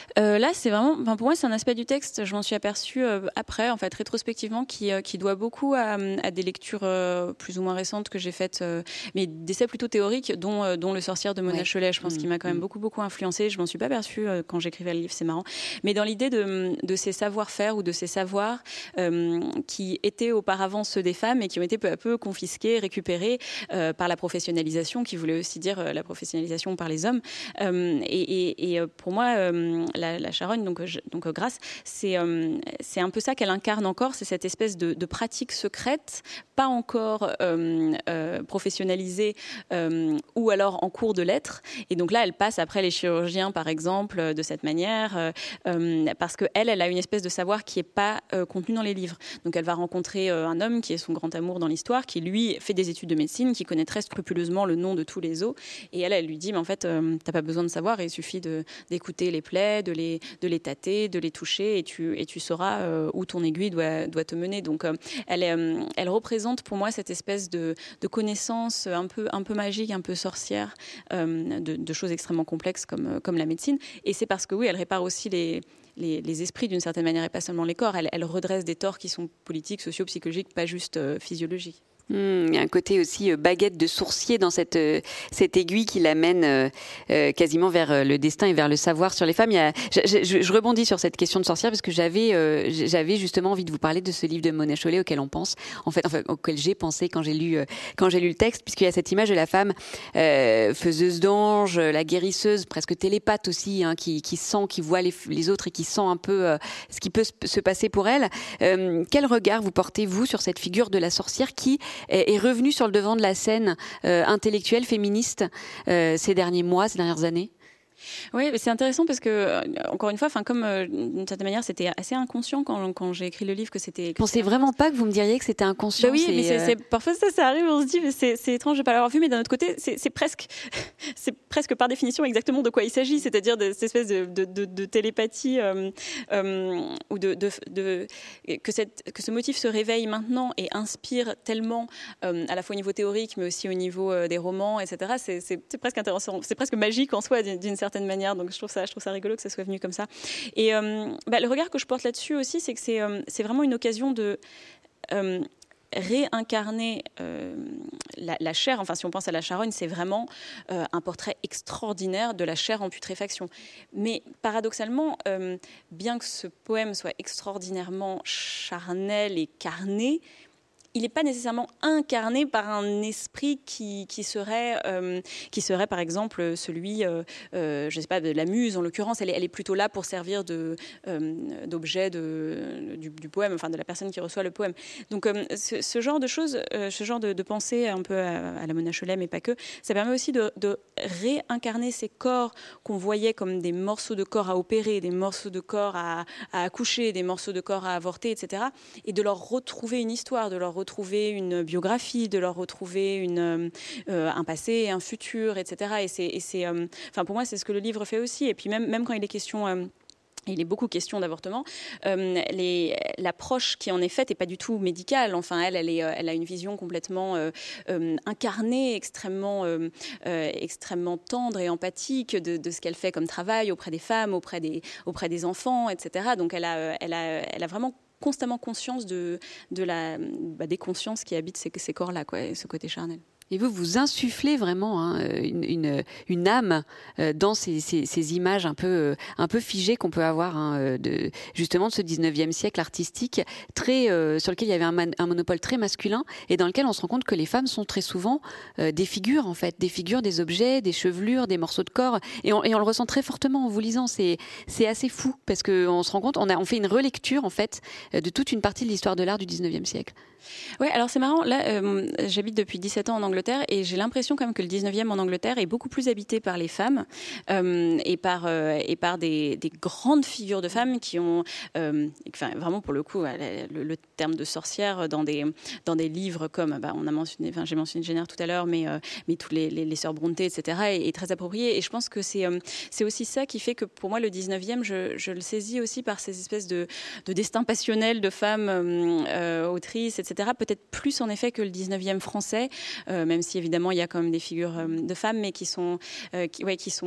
Euh, là, c'est vraiment, enfin, pour moi, c'est un aspect du texte. Je m'en suis aperçue euh, après, en fait, rétrospectivement, qui, euh, qui doit beaucoup à, à des lectures euh, plus ou moins récentes que j'ai faites, euh, mais d'essais plutôt théoriques, dont, euh, dont Le Sorcière de Mona ouais. Chollet. Je pense mmh, qu'il m'a quand même mmh. beaucoup, beaucoup influencée. Je m'en suis pas aperçue euh, quand j'écrivais le livre, c'est marrant. Mais dans l'idée de, de ces savoir-faire ou de ces savoirs euh, qui étaient auparavant ceux des femmes et qui ont été peu à peu confisqués, récupérés euh, par la professionnalisation, qui voulait aussi dire euh, la professionnalisation par les hommes. Euh, et, et, et pour moi, euh, la, la charogne, donc, je, donc euh, Grace, c'est, euh, c'est un peu ça qu'elle incarne encore, c'est cette espèce de, de pratique secrète, pas encore euh, euh, professionnalisée euh, ou alors en cours de l'être. Et donc là, elle passe après les chirurgiens, par exemple, de cette manière, euh, euh, parce qu'elle, elle a une espèce de savoir qui n'est pas euh, contenu dans les livres. Donc elle va rencontrer euh, un homme qui est son grand amour dans l'histoire, qui lui fait des études de médecine, qui connaît très scrupuleusement le nom de tous les os. Et elle, elle lui dit, mais en fait, euh, t'as pas besoin de savoir, il suffit de, d'écouter les plaies, de les, de les tâter, de les toucher, et tu, et tu sauras euh, où ton aiguille doit, doit te mener. Donc euh, elle, euh, elle représente pour moi cette espèce de, de connaissance un peu, un peu magique, un peu sorcière, euh, de, de choses extrêmement complexes comme, comme la médecine. Et c'est parce que oui, elle répare aussi les... Les, les esprits d'une certaine manière et pas seulement les corps. Elle, elle redresse des torts qui sont politiques, sociaux, psychologiques, pas juste euh, physiologiques. Mmh, il y a un côté aussi euh, baguette de sourcier dans cette, euh, cette aiguille qui l'amène euh, euh, quasiment vers euh, le destin et vers le savoir sur les femmes. Il y a, je, je, je rebondis sur cette question de sorcière parce que j'avais, euh, j'avais justement envie de vous parler de ce livre de Mona Chollet auquel on pense, en fait, enfin, auquel j'ai pensé quand j'ai lu, euh, quand j'ai lu le texte, puisqu'il y a cette image de la femme euh, faiseuse d'anges, la guérisseuse, presque télépathe aussi, hein, qui, qui sent, qui voit les, les autres et qui sent un peu euh, ce qui peut se passer pour elle. Euh, quel regard vous portez, vous, sur cette figure de la sorcière qui est revenu sur le devant de la scène euh, intellectuelle féministe euh, ces derniers mois, ces dernières années? Oui, c'est intéressant parce que, encore une fois, enfin, comme euh, d'une certaine manière, c'était assez inconscient quand, quand j'ai écrit le livre que c'était. Je pensais vraiment pas que vous me diriez que c'était inconscient. Bah oui, c'est, mais c'est, euh... c'est, parfois ça, ça arrive, on se dit, mais c'est, c'est étrange de ne pas l'avoir vu, mais d'un autre côté, c'est, c'est presque, c'est presque par définition exactement de quoi il s'agit, c'est-à-dire de cette espèce de, de, de, de télépathie euh, euh, ou de, de, de que, cette, que ce motif se réveille maintenant et inspire tellement, euh, à la fois au niveau théorique, mais aussi au niveau euh, des romans, et cetera. C'est, c'est, c'est presque intéressant, c'est presque magique en soi, d'une, d'une certaine manière, donc je trouve ça, je trouve ça rigolo que ça soit venu comme ça. Et euh, bah, le regard que je porte là-dessus aussi, c'est que c'est, euh, c'est vraiment une occasion de euh, réincarner euh, la, la chair. Enfin, si on pense à la charogne, c'est vraiment euh, un portrait extraordinaire de la chair en putréfaction. Mais paradoxalement, euh, bien que ce poème soit extraordinairement charnel et carné, il n'est pas nécessairement incarné par un esprit qui, qui, serait, euh, qui serait, par exemple, celui, euh, euh, je ne sais pas, de la muse, en l'occurrence. Elle est, elle est plutôt là pour servir de, euh, d'objet de, du, du poème, enfin de la personne qui reçoit le poème. Donc, euh, ce, ce genre de choses, euh, ce genre de, de pensée un peu à, à la Mona Chollet, mais pas que, ça permet aussi de, de réincarner ces corps qu'on voyait comme des morceaux de corps à opérer, des morceaux de corps à, à accoucher, des morceaux de corps à avorter, et cetera, et de leur retrouver une histoire, de leur retrouver une biographie, de leur retrouver une, euh, un passé, un futur, et cetera. Et c'est, et c'est, euh, enfin pour moi, c'est ce que le livre fait aussi. Et puis même, même quand il est question... Euh, il est beaucoup question d'avortement. Euh, les, l'approche qui en est faite n'est pas du tout médicale. Enfin, elle, elle, est, elle a une vision complètement euh, euh, incarnée, extrêmement, euh, euh, extrêmement tendre et empathique de, de ce qu'elle fait comme travail auprès des femmes, auprès des, auprès des enfants, et cetera. Donc, elle a, elle a, elle a vraiment constamment conscience de, de la, bah, des consciences qui habitent ces, ces corps-là, quoi, ce côté charnel. Et vous, vous insufflez vraiment hein, une, une, une âme dans ces, ces, ces images un peu, un peu figées qu'on peut avoir hein, de, justement de ce dix-neuvième siècle artistique, très, euh, sur lequel il y avait un, man, un monopole très masculin et dans lequel on se rend compte que les femmes sont très souvent euh, des figures, en fait, des figures, des objets, des chevelures, des morceaux de corps. Et on, et on le ressent très fortement en vous lisant. C'est, c'est assez fou parce qu'on se rend compte, on, a, on fait une relecture en fait, de toute une partie de l'histoire de l'art du dix-neuvième siècle. Oui, alors c'est marrant, là euh, j'habite depuis dix-sept ans en Angleterre et j'ai l'impression quand même que le dix-neuvième en Angleterre est beaucoup plus habité par les femmes euh, et par, euh, et par des, des grandes figures de femmes qui ont, euh, enfin vraiment pour le coup, le, le terme de sorcière dans des, dans des livres comme, bah, on a mentionné, enfin j'ai mentionné Jenner tout à l'heure, mais, euh, mais tous les, les, les sœurs Brontë, et cetera est, est très approprié et je pense que c'est, euh, c'est aussi ça qui fait que pour moi le dix-neuvième, je, je le saisis aussi par ces espèces de, de destins passionnels de femmes euh, autrices, et cetera. Peut-être plus en effet que le dix-neuvième français, euh, même si évidemment il y a quand même des figures euh, de femmes, mais qui sont, euh, qui, ouais, qui sont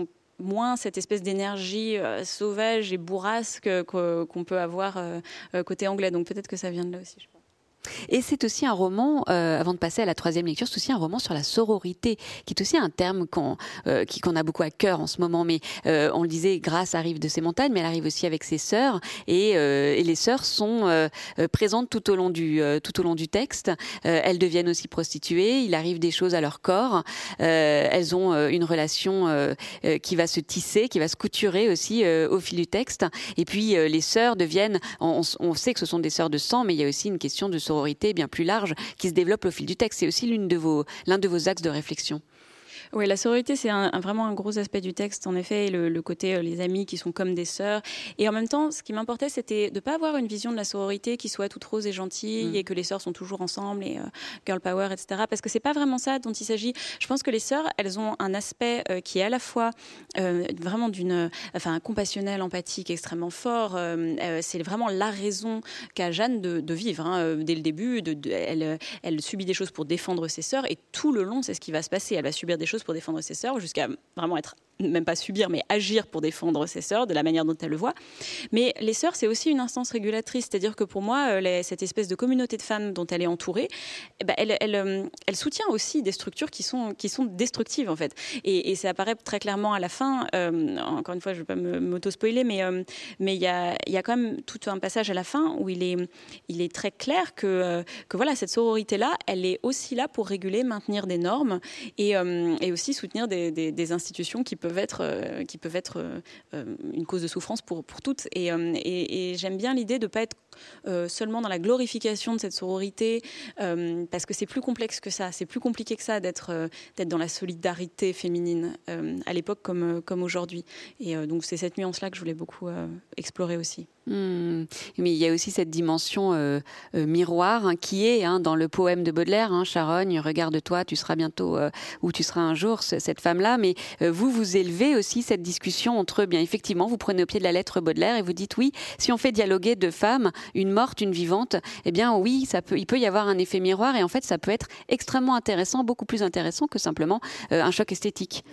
moins cette espèce d'énergie euh, sauvage et bourrasque que, qu'on peut avoir euh, côté anglais. Donc peut-être que ça vient de là aussi, je crois. Et c'est aussi un roman, euh, avant de passer à la troisième lecture, c'est aussi un roman sur la sororité, qui est aussi un terme qu'on, euh, qui, qu'on a beaucoup à cœur en ce moment. Mais euh, on le disait, Grace arrive de ses montagnes, mais elle arrive aussi avec ses sœurs. Et, euh, et les sœurs sont euh, présentes tout au long du, euh, tout au long du texte. Euh, elles deviennent aussi prostituées, il arrive des choses à leur corps. Euh, elles ont euh, une relation euh, euh, qui va se tisser, qui va se couturer aussi euh, au fil du texte. Et puis euh, les sœurs deviennent, on, on sait que ce sont des sœurs de sang, mais il y a aussi une question de sororité bien plus large qui se développe au fil du texte. C'est aussi l'une de vos, l'un de vos axes de réflexion. Oui, la sororité, c'est un, un, vraiment un gros aspect du texte, en effet, le, le côté euh, les amis qui sont comme des sœurs. Et en même temps, ce qui m'importait, c'était de ne pas avoir une vision de la sororité qui soit toute rose et gentille mmh. et que les sœurs sont toujours ensemble et euh, girl power, et cetera. Parce que c'est pas vraiment ça dont il s'agit. Je pense que les sœurs, elles ont un aspect euh, qui est à la fois euh, vraiment d'une, enfin, compassionnel, empathique extrêmement fort. Euh, euh, c'est vraiment la raison qu'a Jeanne de, de vivre. Hein. Dès le début, de, de, elle, elle subit des choses pour défendre ses sœurs et tout le long, c'est ce qui va se passer. Elle va subir des choses pour défendre ses sœurs, jusqu'à vraiment être, même pas subir, mais agir pour défendre ses sœurs, de la manière dont elle le voit. Mais les sœurs, c'est aussi une instance régulatrice, c'est-à-dire que pour moi, les, cette espèce de communauté de femmes dont elle est entourée, eh ben, elle, elle, elle soutient aussi des structures qui sont, qui sont destructives, en fait. Et, et ça apparaît très clairement à la fin, euh, encore une fois, je ne vais pas m'auto-spoiler, mais euh, mais il y a, y a quand même tout un passage à la fin où il est, il est très clair que, euh, que voilà, cette sororité-là, elle est aussi là pour réguler, maintenir des normes et, euh, et aussi soutenir des, des, des institutions qui peuvent être, euh, qui peuvent être euh, une cause de souffrance pour, pour toutes. Et, euh, et, et j'aime bien l'idée de ne pas être euh, seulement dans la glorification de cette sororité, euh, parce que c'est plus complexe que ça, c'est plus compliqué que ça d'être, euh, d'être dans la solidarité féminine, euh, à l'époque comme, comme aujourd'hui. Et euh, donc c'est cette nuance-là que je voulais beaucoup euh, explorer aussi. Mmh. Mais il y a aussi cette dimension euh, euh, miroir hein, qui est hein, dans le poème de Baudelaire, hein, Charogne, regarde-toi, tu seras bientôt euh, où tu seras un jour, c- cette femme-là. Mais euh, vous, vous élevez aussi cette discussion entre, bien effectivement, vous prenez au pied de la lettre Baudelaire et vous dites oui, si on fait dialoguer deux femmes, une morte, une vivante, eh bien oui, ça peut, il peut y avoir un effet miroir et en fait, ça peut être extrêmement intéressant, beaucoup plus intéressant que simplement euh, un choc esthétique.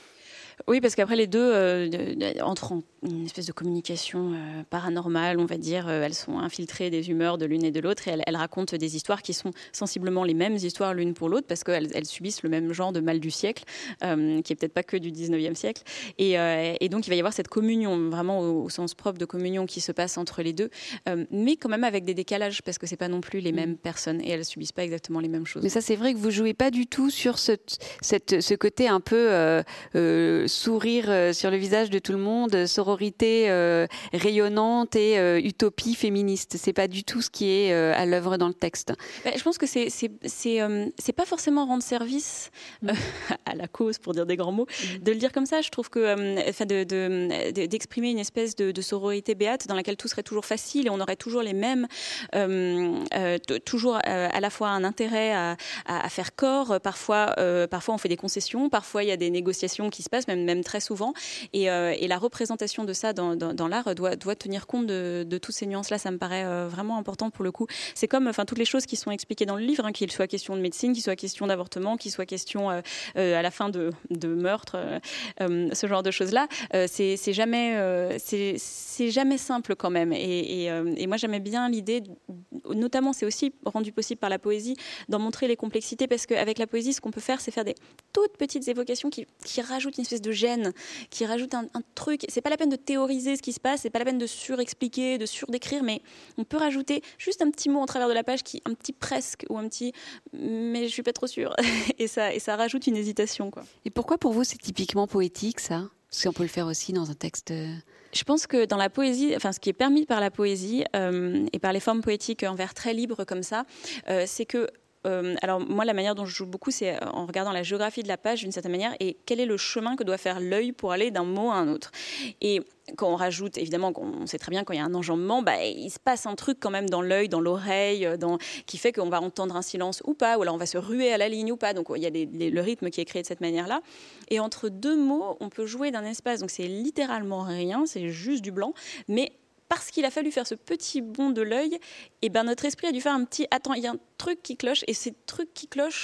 Oui, parce qu'après les deux euh, de, de, entrent en une espèce de communication euh, paranormale, on va dire. Euh, elles sont infiltrées des humeurs de l'une et de l'autre et elles, elles racontent des histoires qui sont sensiblement les mêmes histoires l'une pour l'autre parce qu'elles elles subissent le même genre de mal du siècle, euh, qui est peut-être pas que du dix-neuvième siècle. Et, euh, et donc il va y avoir cette communion, vraiment au, au sens propre de communion qui se passe entre les deux, euh, mais quand même avec des décalages parce que c'est pas non plus les mêmes personnes et elles subissent pas exactement les mêmes choses. Mais ça, c'est vrai que vous jouez pas du tout sur ce, cette, ce côté un peu euh, euh, sourire euh, sur le visage de tout le monde, sororité euh, rayonnante et euh, utopie féministe. C'est pas du tout ce qui est euh, à l'œuvre dans le texte. Bah, je pense que c'est c'est c'est euh, c'est pas forcément rendre service euh, à la cause, pour dire des grands mots, mmh. de le dire comme ça. Je trouve que, enfin, euh, de, de, de d'exprimer une espèce de, de sororité béate dans laquelle tout serait toujours facile et on aurait toujours les mêmes, euh, euh, t- toujours euh, à la fois un intérêt à, à, à faire corps. Parfois, euh, parfois on fait des concessions. Parfois il y a des négociations qui se passent, même même très souvent. Et, euh, et la représentation de ça dans, dans, dans l'art doit, doit tenir compte de, de toutes ces nuances-là. Ça me paraît euh, vraiment important pour le coup. C'est comme enfin, toutes les choses qui sont expliquées dans le livre, hein, qu'il soit question de médecine, qu'il soit question d'avortement, qu'il soit question euh, euh, à la fin de, de meurtre, euh, euh, ce genre de choses-là. Euh, c'est, c'est, jamais, euh, c'est, c'est jamais simple quand même. Et, et, euh, et moi, j'aimais bien l'idée, notamment, c'est aussi rendu possible par la poésie, d'en montrer les complexités, parce qu'avec la poésie, ce qu'on peut faire, c'est faire des toutes petites évocations qui, qui rajoutent une espèce de gêne, qui rajoutent un, un truc. C'est pas la peine de théoriser ce qui se passe, c'est pas la peine de surexpliquer, de surdécrire, mais on peut rajouter juste un petit mot en travers de la page, qui un petit presque ou un petit mais je suis pas trop sûre. et ça et ça rajoute une hésitation, quoi. Et pourquoi pour vous c'est typiquement poétique ça? Parce qu'on peut le faire aussi dans un texte. Je pense que dans la poésie, enfin ce qui est permis par la poésie euh, et par les formes poétiques en vers très libres comme ça, euh, c'est que Euh, alors moi, la manière dont je joue beaucoup, c'est en regardant la géographie de la page d'une certaine manière et quel est le chemin que doit faire l'œil pour aller d'un mot à un autre. Et quand on rajoute, évidemment, on sait très bien quand il y a un enjambement, bah, il se passe un truc quand même dans l'œil, dans l'oreille, dans, qui fait qu'on va entendre un silence ou pas, ou alors on va se ruer à la ligne ou pas. Donc il y a les, les, le rythme qui est créé de cette manière-là. Et entre deux mots, on peut jouer d'un espace. Donc c'est littéralement rien, c'est juste du blanc, mais parce qu'il a fallu faire ce petit bond de l'œil, et ben notre esprit a dû faire un petit « attends, il y a un truc qui cloche », et ces trucs qui clochent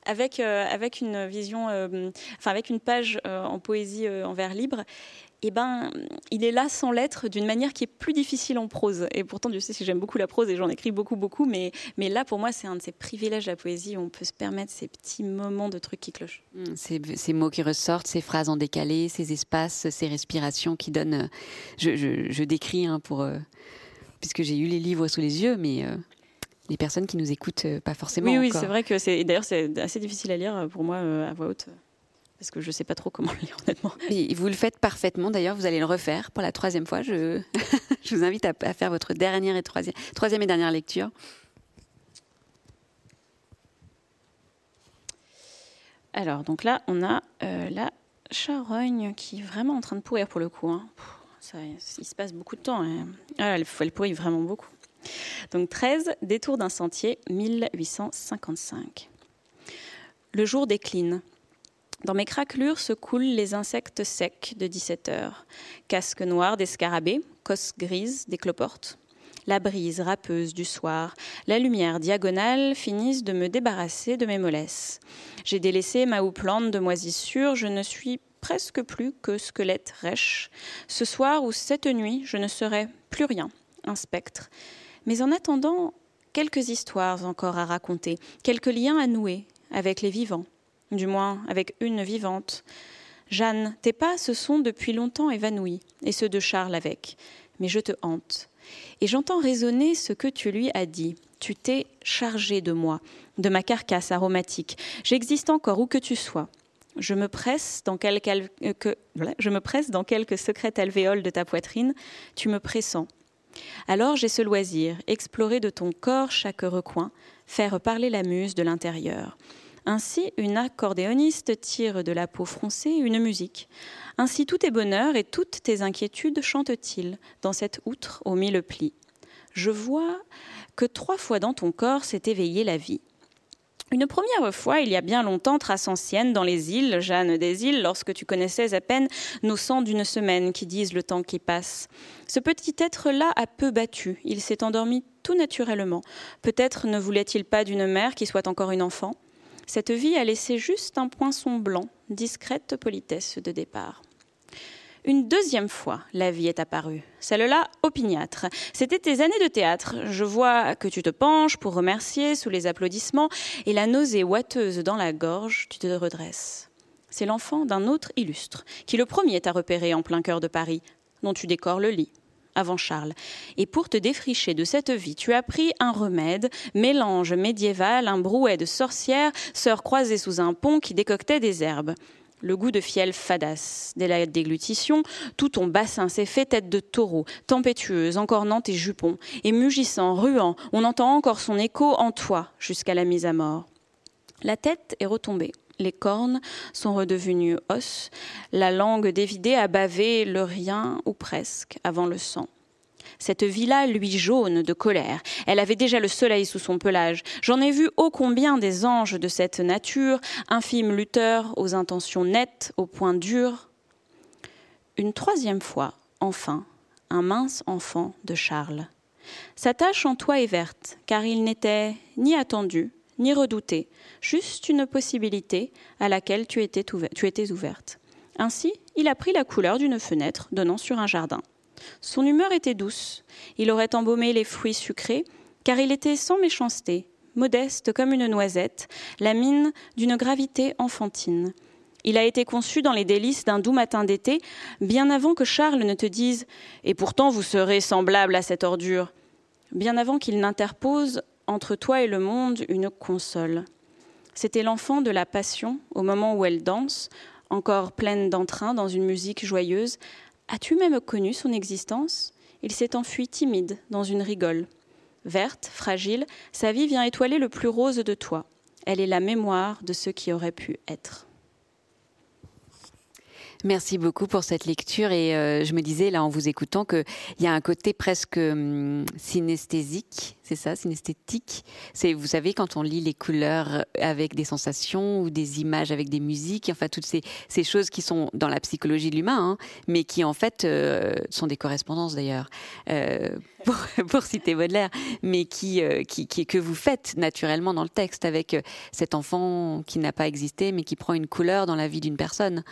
avec, euh, avec une vision, euh, enfin avec une page euh, en poésie euh, en vers libre, eh ben, il est là sans lettres d'une manière qui est plus difficile en prose. Et pourtant, Dieu sait que j'aime beaucoup la prose et j'en écris beaucoup, beaucoup. Mais, mais là, pour moi, c'est un de ces privilèges de la poésie où on peut se permettre ces petits moments de trucs qui clochent. Mmh, ces, ces mots qui ressortent, ces phrases en décalé, ces espaces, ces respirations qui donnent... Je, je, je décris, hein, pour, euh, puisque j'ai eu les livres sous les yeux, mais... Euh... les personnes qui nous écoutent, euh, pas forcément oui, oui, encore. C'est vrai que c'est... D'ailleurs, c'est assez difficile à lire pour moi euh, à voix haute. Parce que je ne sais pas trop comment le lire, honnêtement. Et vous le faites parfaitement. D'ailleurs, vous allez le refaire pour la troisième fois. Je, je vous invite à, à faire votre dernière et troisième, troisième et dernière lecture. Alors, donc là, on a euh, la charogne qui est vraiment en train de pourrir pour le coup. Hein. Ça, il se passe beaucoup de temps. Hein. Ah, elle, elle pourrit vraiment beaucoup. Donc treize, détour d'un sentier, mille huit cent cinquante-cinq. Le jour décline. Dans mes craquelures se coulent les insectes secs de dix-sept heures. Casque noir des scarabées, cosse grise des cloportes. La brise râpeuse du soir, la lumière diagonale finissent de me débarrasser de mes mollesses. J'ai délaissé ma houppelande de moisissure, je ne suis presque plus que squelette rêche. Ce soir ou cette nuit, je ne serai plus rien, un spectre. Mais en attendant, quelques histoires encore à raconter, quelques liens à nouer avec les vivants. Du moins avec une vivante. Jeanne, tes pas se sont depuis longtemps évanouis, et ceux de Charles avec. Mais je te hante. Et j'entends résonner ce que tu lui as dit. Tu t'es chargé de moi, de ma carcasse aromatique. J'existe encore où que tu sois. Je me presse dans quelque, euh, que, voilà, je me presse dans quelque secrète alvéole de ta poitrine. Tu me pressens. Alors j'ai ce loisir, explorer de ton corps chaque recoin, faire parler la muse de l'intérieur. Ainsi, une accordéoniste tire de la peau froncée une musique. Ainsi, tous tes bonheurs et toutes tes inquiétudes chantent-ils dans cette outre aux mille plis. Je vois que trois fois dans ton corps s'est éveillée la vie. Une première fois, il y a bien longtemps, trace ancienne, dans les îles, Jeanne des îles, lorsque tu connaissais à peine nos sangs d'une semaine qui disent le temps qui passe. Ce petit être-là a peu battu, il s'est endormi tout naturellement. Peut-être ne voulait-il pas d'une mère qui soit encore une enfant. Cette vie a laissé juste un poinçon blanc, discrète politesse de départ. Une deuxième fois, la vie est apparue. Celle-là, opiniâtre. C'était tes années de théâtre. Je vois que tu te penches pour remercier sous les applaudissements et la nausée ouateuse dans la gorge, tu te redresses. C'est l'enfant d'un autre illustre, qui le premier t'a repéré en plein cœur de Paris, dont tu décores le lit. Avant Charles. Et pour te défricher de cette vie, tu as pris un remède, mélange médiéval, un brouet de sorcières, sœurs croisées sous un pont qui décoctait des herbes. Le goût de fiel fadasse. Dès la déglutition, tout ton bassin s'est fait tête de taureau, tempétueuse, encornant tes jupons, et mugissant, ruant, on entend encore son écho en toi jusqu'à la mise à mort. La tête est retombée. Les cornes sont redevenues os. La langue dévidée a bavé le rien, ou presque, avant le sang. Cette vie-là lui jaune de colère. Elle avait déjà le soleil sous son pelage. J'en ai vu ô combien des anges de cette nature, infimes lutteurs, aux intentions nettes, aux poings durs. Une troisième fois, enfin, un mince enfant de Charles. Sa tache en toi est verte, car il n'était ni attendu, ni redouté, juste une possibilité à laquelle tu étais, ouverte, tu étais ouverte. Ainsi, il a pris la couleur d'une fenêtre donnant sur un jardin. Son humeur était douce, il aurait embaumé les fruits sucrés, car il était sans méchanceté, modeste comme une noisette, la mine d'une gravité enfantine. Il a été conçu dans les délices d'un doux matin d'été, bien avant que Charles ne te dise « Et pourtant vous serez semblable à cette ordure », bien avant qu'il n'interpose entre toi et le monde une console. C'était l'enfant de la passion au moment où elle danse, encore pleine d'entrain dans une musique joyeuse. As-tu même connu son existence ? Il s'est enfui timide dans une rigole. Verte, fragile, sa vie vient étoiler le plus rose de toi. Elle est la mémoire de ce qui aurait pu être. Merci beaucoup pour cette lecture et euh, je me disais là en vous écoutant qu'il y a un côté presque hum, synesthésique, c'est ça, synesthétique. C'est, vous savez, quand on lit les couleurs avec des sensations ou des images avec des musiques, enfin toutes ces, ces choses qui sont dans la psychologie de l'humain, hein, mais qui en fait euh, sont des correspondances d'ailleurs, euh, pour, pour citer Baudelaire, mais qui, euh, qui, qui, que vous faites naturellement dans le texte avec euh, cet enfant qui n'a pas existé mais qui prend une couleur dans la vie d'une personne.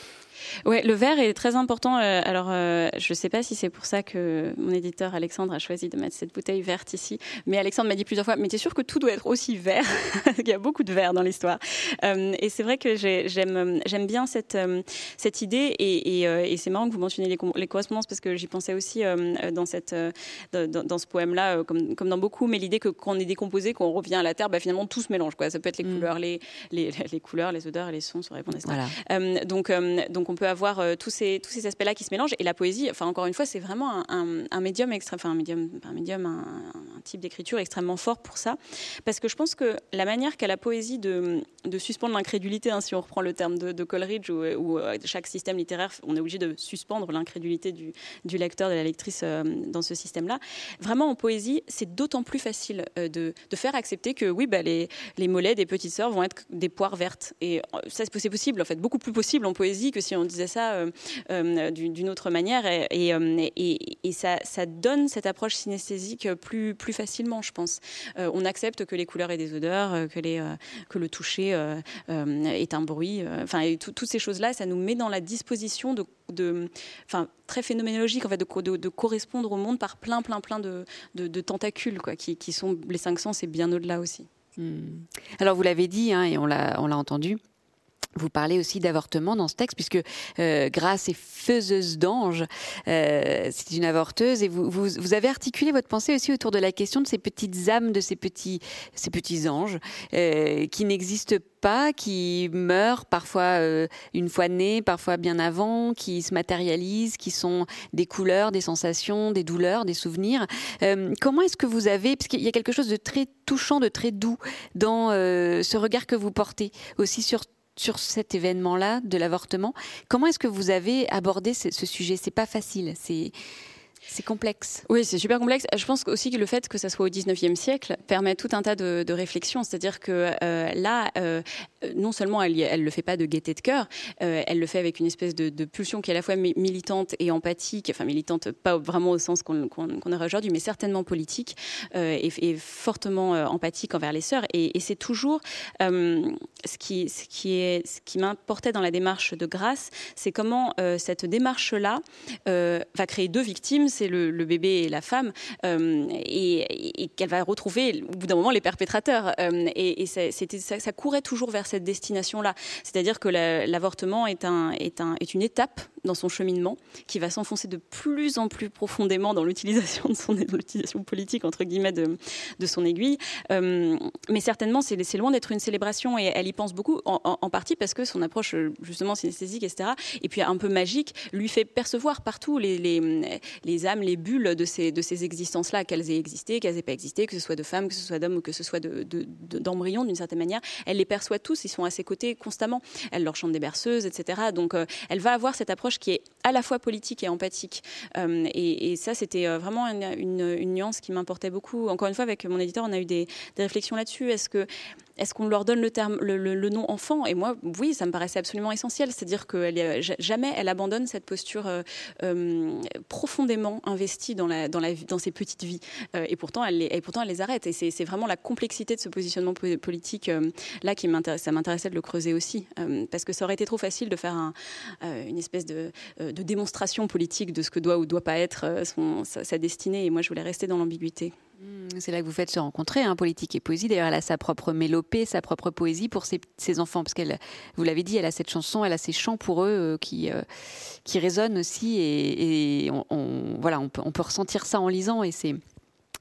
Ouais, le vert est très important. Euh, alors, euh, je ne sais pas si c'est pour ça que mon éditeur Alexandre a choisi de mettre cette bouteille verte ici. Mais Alexandre m'a dit plusieurs fois, mais tu es sûr que tout doit être aussi vert? Il y a beaucoup de vert dans l'histoire. Euh, et c'est vrai que j'ai, j'aime, j'aime bien cette, euh, cette idée. Et, et, euh, et c'est marrant que vous mentionniez les, les correspondances parce que j'y pensais aussi euh, dans, cette, euh, dans, dans ce poème-là, euh, comme, comme dans beaucoup. Mais l'idée que quand on est décomposé, qu'on revient à la terre, bah, finalement tout se mélange, quoi. Ça peut être les mmh. couleurs, les, les, les couleurs, les odeurs et les sons, ça répond à ça. Voilà. Euh, donc, euh, donc on peut avoir euh, tous ces tous ces aspects-là qui se mélangent et la poésie, enfin encore une fois, c'est vraiment un, un, un médium extra, enfin un médium, un médium, un, un type d'écriture extrêmement fort pour ça, parce que je pense que la manière qu'a la poésie de de suspendre l'incrédulité, hein, si on reprend le terme de, de Coleridge, où, où chaque système littéraire, on est obligé de suspendre l'incrédulité du du lecteur, de la lectrice euh, dans ce système-là. Vraiment en poésie, c'est d'autant plus facile euh, de de faire accepter que oui, bah les les mollets des petites sœurs vont être des poires vertes et ça c'est possible en fait, beaucoup plus possible en poésie que si on disait ça Euh, euh, d'une autre manière et, et, et, et ça, ça donne cette approche synesthésique plus, plus facilement, je pense. Euh, on accepte que les couleurs aient des odeurs, que, les, euh, que le toucher euh, euh, est un bruit. Enfin, euh, toutes ces choses-là, ça nous met dans la disposition de, de, enfin, très phénoménologique en fait, de, de, de correspondre au monde par plein, plein, plein de, de, de tentacules, quoi, qui, qui sont les cinq sens et bien au-delà aussi. Mmh. Alors vous l'avez dit hein, et on l'a, on l'a entendu. Vous parlez aussi d'avortement dans ce texte, puisque euh, Grace est faiseuse d'anges, euh, c'est une avorteuse, et vous, vous, vous avez articulé votre pensée aussi autour de la question de ces petites âmes, de ces petits, ces petits anges euh, qui n'existent pas, qui meurent parfois euh, une fois nés, parfois bien avant, qui se matérialisent, qui sont des couleurs, des sensations, des douleurs, des souvenirs. Euh, comment est-ce que vous avez, parce qu'il y a quelque chose de très touchant, de très doux dans euh, ce regard que vous portez aussi sur sur cet événement-là de l'avortement. Comment est-ce que vous avez abordé ce, ce sujet ? C'est pas facile, c'est... C'est complexe. Oui, c'est super complexe. Je pense aussi que le fait que ça soit au dix-neuvième siècle permet tout un tas de, de réflexions. C'est-à-dire que euh, là, euh, non seulement elle ne le fait pas de gaieté de cœur, euh, elle le fait avec une espèce de, de pulsion qui est à la fois militante et empathique, enfin militante pas vraiment au sens qu'on, qu'on, qu'on aurait aujourd'hui, mais certainement politique euh, et, et fortement euh, empathique envers les sœurs. Et, et c'est toujours euh, ce, qui, ce, qui est, ce qui m'importait dans la démarche de Grace, c'est comment euh, cette démarche-là euh, va créer deux victimes. C'est le, le bébé et la femme, euh, et, et qu'elle va retrouver au bout d'un moment les perpétrateurs. Euh, et et ça, c'était, ça, ça courait toujours vers cette destination-là. C'est-à-dire que la, l'avortement est, un, est, un, est une étape dans son cheminement qui va s'enfoncer de plus en plus profondément dans l'utilisation de son l'utilisation politique entre guillemets de, de son aiguille. Euh, mais certainement, c'est, c'est loin d'être une célébration et elle y pense beaucoup, en, en, en partie parce que son approche justement synesthésique, et cetera, et puis un peu magique, lui fait percevoir partout les, les, les âmes, les bulles de ces, de ces existences-là, qu'elles aient existé, qu'elles n'aient pas existé, que ce soit de femmes, que ce soit d'hommes ou que ce soit de, de, de, d'embryons d'une certaine manière. Elle les perçoit tous, ils sont à ses côtés constamment. Elle leur chante des berceuses, et cetera. Donc euh, elle va avoir cette approche qui est à la fois politique et empathique. Euh, et, et ça, c'était vraiment une, une, une nuance qui m'importait beaucoup. Encore une fois, avec mon éditeur, on a eu des, des réflexions là-dessus. Est-ce que Est-ce qu'on leur donne le, terme, le, le, le nom enfant ? Et moi, oui, ça me paraissait absolument essentiel. C'est-à-dire que elle, jamais elle abandonne cette posture euh, euh, profondément investie dans, la, dans, la, dans ses petites vies. Euh, et, pourtant, elle les, et pourtant, elle les arrête. Et c'est, c'est vraiment la complexité de ce positionnement politique euh, là qui m'intéresse. Ça m'intéressait de le creuser aussi. Euh, parce que ça aurait été trop facile de faire un, euh, une espèce de, de démonstration politique de ce que doit ou doit pas être son, sa, sa destinée. Et moi, je voulais rester dans l'ambiguïté. C'est là que vous faites se rencontrer, hein, politique et poésie. D'ailleurs, elle a sa propre mélopée, sa propre poésie pour ses, ses enfants. Parce qu'elle, vous l'avez dit, elle a cette chanson, elle a ces chants pour eux euh, qui, euh, qui résonnent aussi. Et, et on, on, voilà, on peut, on peut ressentir ça en lisant. Et c'est,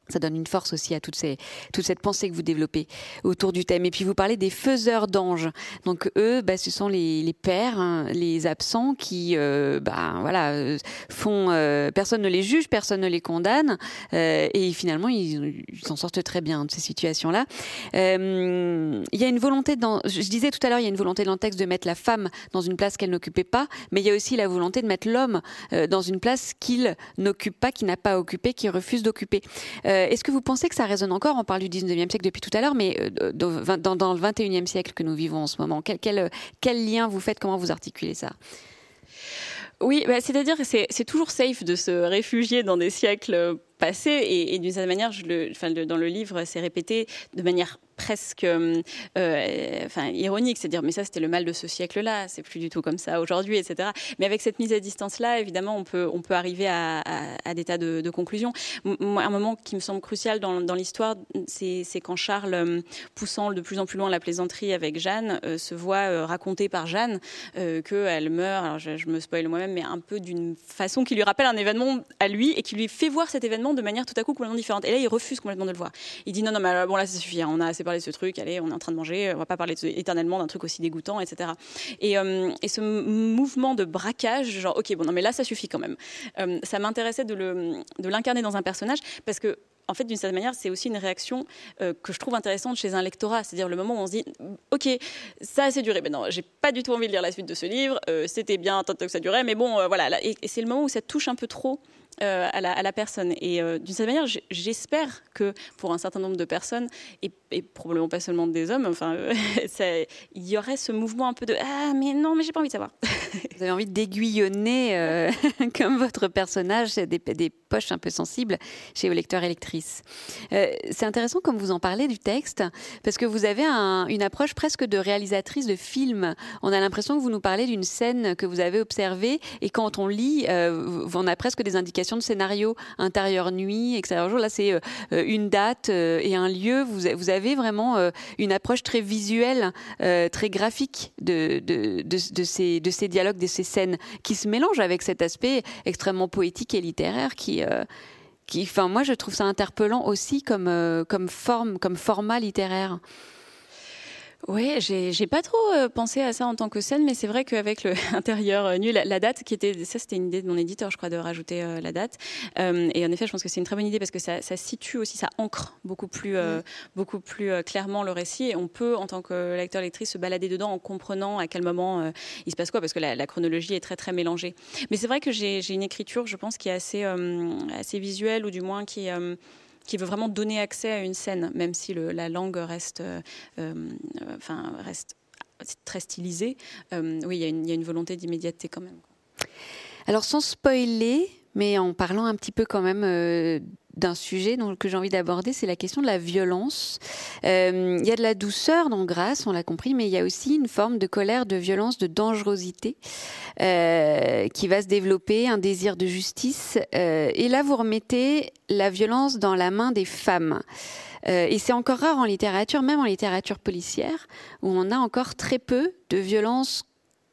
Ça donne une force aussi à toute, ces, toute cette pensée que vous développez autour du thème. Et puis vous parlez des faiseurs d'anges. Donc eux, bah, ce sont les, les pères, hein, les absents qui, euh, bah, voilà, font. Euh, personne ne les juge, personne ne les condamne, euh, et finalement ils, ils s'en sortent très bien de ces situations-là. Euh, il y a une volonté, dans, je disais tout à l'heure, il y a une volonté dans le texte de mettre la femme dans une place qu'elle n'occupait pas, mais il y a aussi la volonté de mettre l'homme euh, dans une place qu'il n'occupe pas, qu'il n'a pas occupée, qu'il refuse d'occuper. Euh, Est-ce que vous pensez que ça résonne encore? On parle du dix-neuvième siècle depuis tout à l'heure, mais dans, dans, dans le vingt et unième siècle que nous vivons en ce moment, quel, quel, quel lien vous faites? Comment vous articulez ça? Oui, bah, c'est-à-dire que c'est, c'est toujours safe de se réfugier dans des siècles passés, et, et d'une certaine manière, je le, enfin, le, dans le livre, c'est répété de manière presque euh, enfin, ironique, c'est-à-dire mais ça c'était le mal de ce siècle-là, c'est plus du tout comme ça aujourd'hui, et cetera. Mais avec cette mise à distance-là, évidemment, on peut, on peut arriver à, à, à des tas de, de conclusions. Moi, un moment qui me semble crucial dans, dans l'histoire, c'est, c'est quand Charles, euh, poussant de plus en plus loin la plaisanterie avec Jeanne, euh, se voit euh, raconter par Jeanne euh, qu'elle meurt, alors je, je me spoil moi-même, mais un peu d'une façon qui lui rappelle un événement à lui et qui lui fait voir cet événement de manière tout à coup complètement différente. Et là, il refuse complètement de le voir. Il dit non, non, mais alors, bon là, ça suffit, hein, on a assez parlé de ce truc, allez, on est en train de manger, on va pas parler de, éternellement d'un truc aussi dégoûtant, et cetera. Et, euh, et ce mouvement de braquage, genre, ok, bon, non, mais là, ça suffit quand même. Euh, ça m'intéressait de, le, de l'incarner dans un personnage, parce que, en fait, d'une certaine manière, c'est aussi une réaction euh, que je trouve intéressante chez un lectorat. C'est-à-dire le moment où on se dit, ok, ça a assez duré, mais non, j'ai pas du tout envie de lire la suite de ce livre, euh, c'était bien tant que ça durait, mais bon, euh, voilà. Là, et, et c'est le moment où ça touche un peu trop Euh, à, la, à la personne. Et euh, d'une certaine manière, j'espère que pour un certain nombre de personnes, et, et probablement pas seulement des hommes, enfin, euh, ça, il y aurait ce mouvement un peu de « Ah, mais non, mais j'ai pas envie de savoir ». Vous avez envie d'aiguillonner, euh, comme votre personnage, des, des poches un peu sensibles chez vos lecteurs et lectrices. Euh, c'est intéressant comme vous en parlez du texte, parce que vous avez un, une approche presque de réalisatrice de film. On a l'impression que vous nous parlez d'une scène que vous avez observée, et quand on lit, euh, on a presque des indications de scénario, intérieur nuit, extérieur jour. Là, c'est euh, une date euh, et un lieu. Vous, vous avez vraiment euh, une approche très visuelle, euh, très graphique de, de, de, de, ces, de ces dialogues, de ces scènes qui se mélangent avec cet aspect extrêmement poétique et littéraire qui... Euh, qui enfin, moi, je trouve ça interpellant aussi comme, euh, comme forme, comme format littéraire. Oui, j'ai, j'ai pas trop euh, pensé à ça en tant que scène, mais c'est vrai qu'avec le intérieur euh, nu, la, la date qui était, ça c'était une idée de mon éditeur, je crois, de rajouter euh, la date. Euh, et en effet, je pense que c'est une très bonne idée parce que ça, ça situe aussi, ça ancre beaucoup plus, euh, mmh. beaucoup plus euh, clairement le récit. Et on peut, en tant que lecteur, lectrice, se balader dedans en comprenant à quel moment euh, il se passe quoi, parce que la, la chronologie est très très mélangée. Mais c'est vrai que j'ai, j'ai une écriture, je pense, qui est assez, euh, assez visuelle, ou du moins qui euh, qui veut vraiment donner accès à une scène, même si le, la langue reste, euh, euh, enfin, reste très stylisée. Euh, oui, il y, y a une volonté d'immédiateté quand même. Alors, sans spoiler, mais en parlant un petit peu quand même euh, d'un sujet dont, que j'ai envie d'aborder, c'est la question de la violence. Euh, il y a de la douceur dans Grâce, on l'a compris, mais il y a aussi une forme de colère, de violence, de dangerosité euh, qui va se développer, un désir de justice. Euh, et là, vous remettez la violence dans la main des femmes. Euh, et c'est encore rare en littérature, même en littérature policière, où on a encore très peu de violence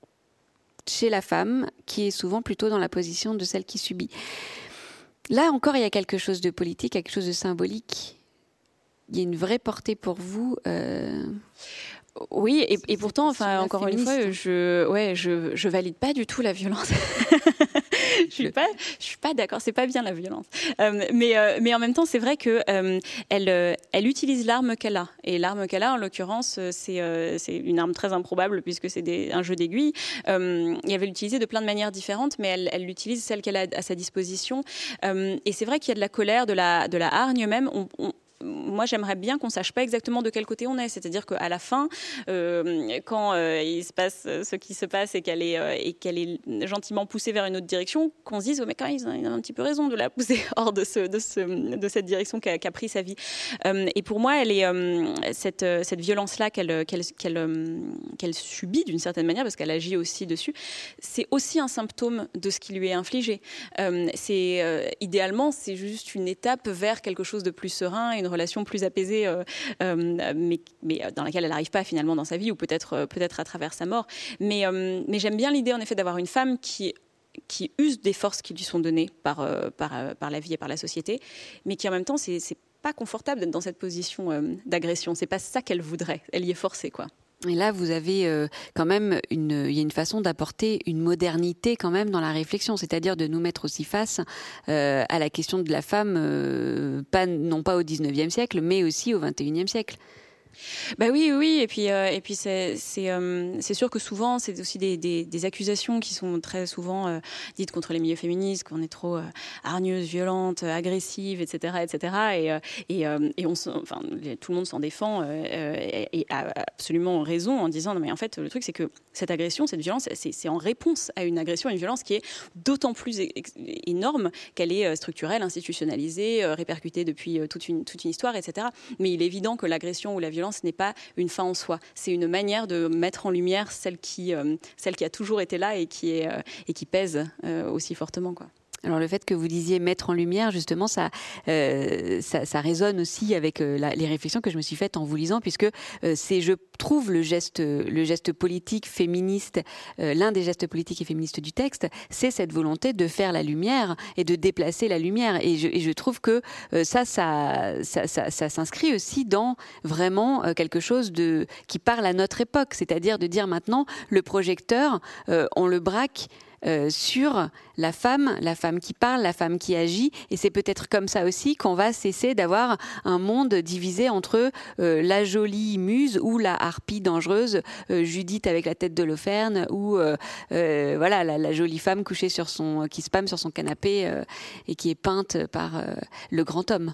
chez la femme, qui est souvent plutôt dans la position de celle qui subit. Là encore, il y a quelque chose de politique, quelque chose de symbolique. Il y a une vraie portée pour vous. Euh... Oui, et, et pourtant, enfin, encore une fois, je, ouais, je, je valide pas du tout la violence. je suis pas, je suis pas d'accord. C'est pas bien la violence. Euh, mais, euh, mais en même temps, c'est vrai que euh, elle, euh, elle utilise l'arme qu'elle a. Et l'arme qu'elle a, en l'occurrence, c'est, euh, c'est une arme très improbable puisque c'est des, un jeu d'aiguilles. Euh, et elle va l'utiliser de plein de manières différentes, mais elle, elle utilise celle qu'elle a à sa disposition. Euh, et c'est vrai qu'il y a de la colère, de la, de la hargne même. On, on, moi, j'aimerais bien qu'on sache pas exactement de quel côté on est. C'est-à-dire qu'à la fin, euh, quand euh, il se passe ce qui se passe et qu'elle est, euh, et qu'elle est gentiment poussée vers une autre direction, qu'on se dise, oh, mais quand même, ils ont, ils ont un petit peu raison de la pousser hors de, ce, de, ce, de cette direction qu'a, qu'a pris sa vie. Euh, et pour moi, elle est, euh, cette, cette violence-là qu'elle, qu'elle, qu'elle, euh, qu'elle subit d'une certaine manière, parce qu'elle agit aussi dessus, c'est aussi un symptôme de ce qui lui est infligé. Euh, c'est, euh, idéalement, c'est juste une étape vers quelque chose de plus serein, une relation plus apaisée, euh, euh, mais, mais dans laquelle elle n'arrive pas finalement dans sa vie, ou peut-être, euh, peut-être à travers sa mort. Mais, euh, mais j'aime bien l'idée en effet d'avoir une femme qui qui use des forces qui lui sont données par, euh, par, euh, par la vie et par la société, mais qui en même temps, c'est, c'est pas confortable d'être dans cette position euh, d'agression. C'est pas ça qu'elle voudrait. Elle y est forcée, quoi. Et là, vous avez euh, quand même une, il y a une façon d'apporter une modernité quand même dans la réflexion, c'est-à-dire de nous mettre aussi face euh, à la question de la femme, euh, pas, non pas au dix-neuvième siècle, mais aussi au vingt et unième siècle. Bah oui, oui, et puis euh, et puis c'est c'est euh, c'est sûr que souvent c'est aussi des, des des accusations qui sont très souvent euh, dites contre les milieux féministes, qu'on est trop euh, hargneuse, violente, agressive, et cetera, et cetera. Et euh, et euh, et on, enfin tout le monde s'en défend euh, et, et a absolument raison en disant non mais en fait le truc c'est que cette agression, cette violence, c'est c'est en réponse à une agression, une violence qui est d'autant plus énorme qu'elle est structurelle, institutionnalisée, répercutée depuis toute une toute une histoire, et cetera. Mais il est évident que l'agression ou la violence ce n'est pas une fin en soi. C'est une manière de mettre en lumière celle qui, euh, celle qui a toujours été là et qui, est, euh, et qui pèse euh, aussi fortement, quoi. Alors le fait que vous disiez mettre en lumière, justement, ça, euh, ça, ça résonne aussi avec euh, la, les réflexions que je me suis faites en vous lisant, puisque euh, c'est, je trouve, le geste, le geste politique féministe, euh, l'un des gestes politiques et féministes du texte, c'est cette volonté de faire la lumière et de déplacer la lumière. Et je, et je trouve que euh, ça, ça, ça, ça, ça s'inscrit aussi dans vraiment euh, quelque chose de qui parle à notre époque, c'est-à-dire de dire maintenant le projecteur, euh, on le braque Euh, sur la femme, la femme qui parle, la femme qui agit, et c'est peut-être comme ça aussi qu'on va cesser d'avoir un monde divisé entre euh, la jolie muse ou la harpie dangereuse, euh, Judith avec la tête de Loferne, ou euh, euh, voilà la, la jolie femme couchée sur son, qui spam sur son canapé euh, et qui est peinte par euh, le grand homme.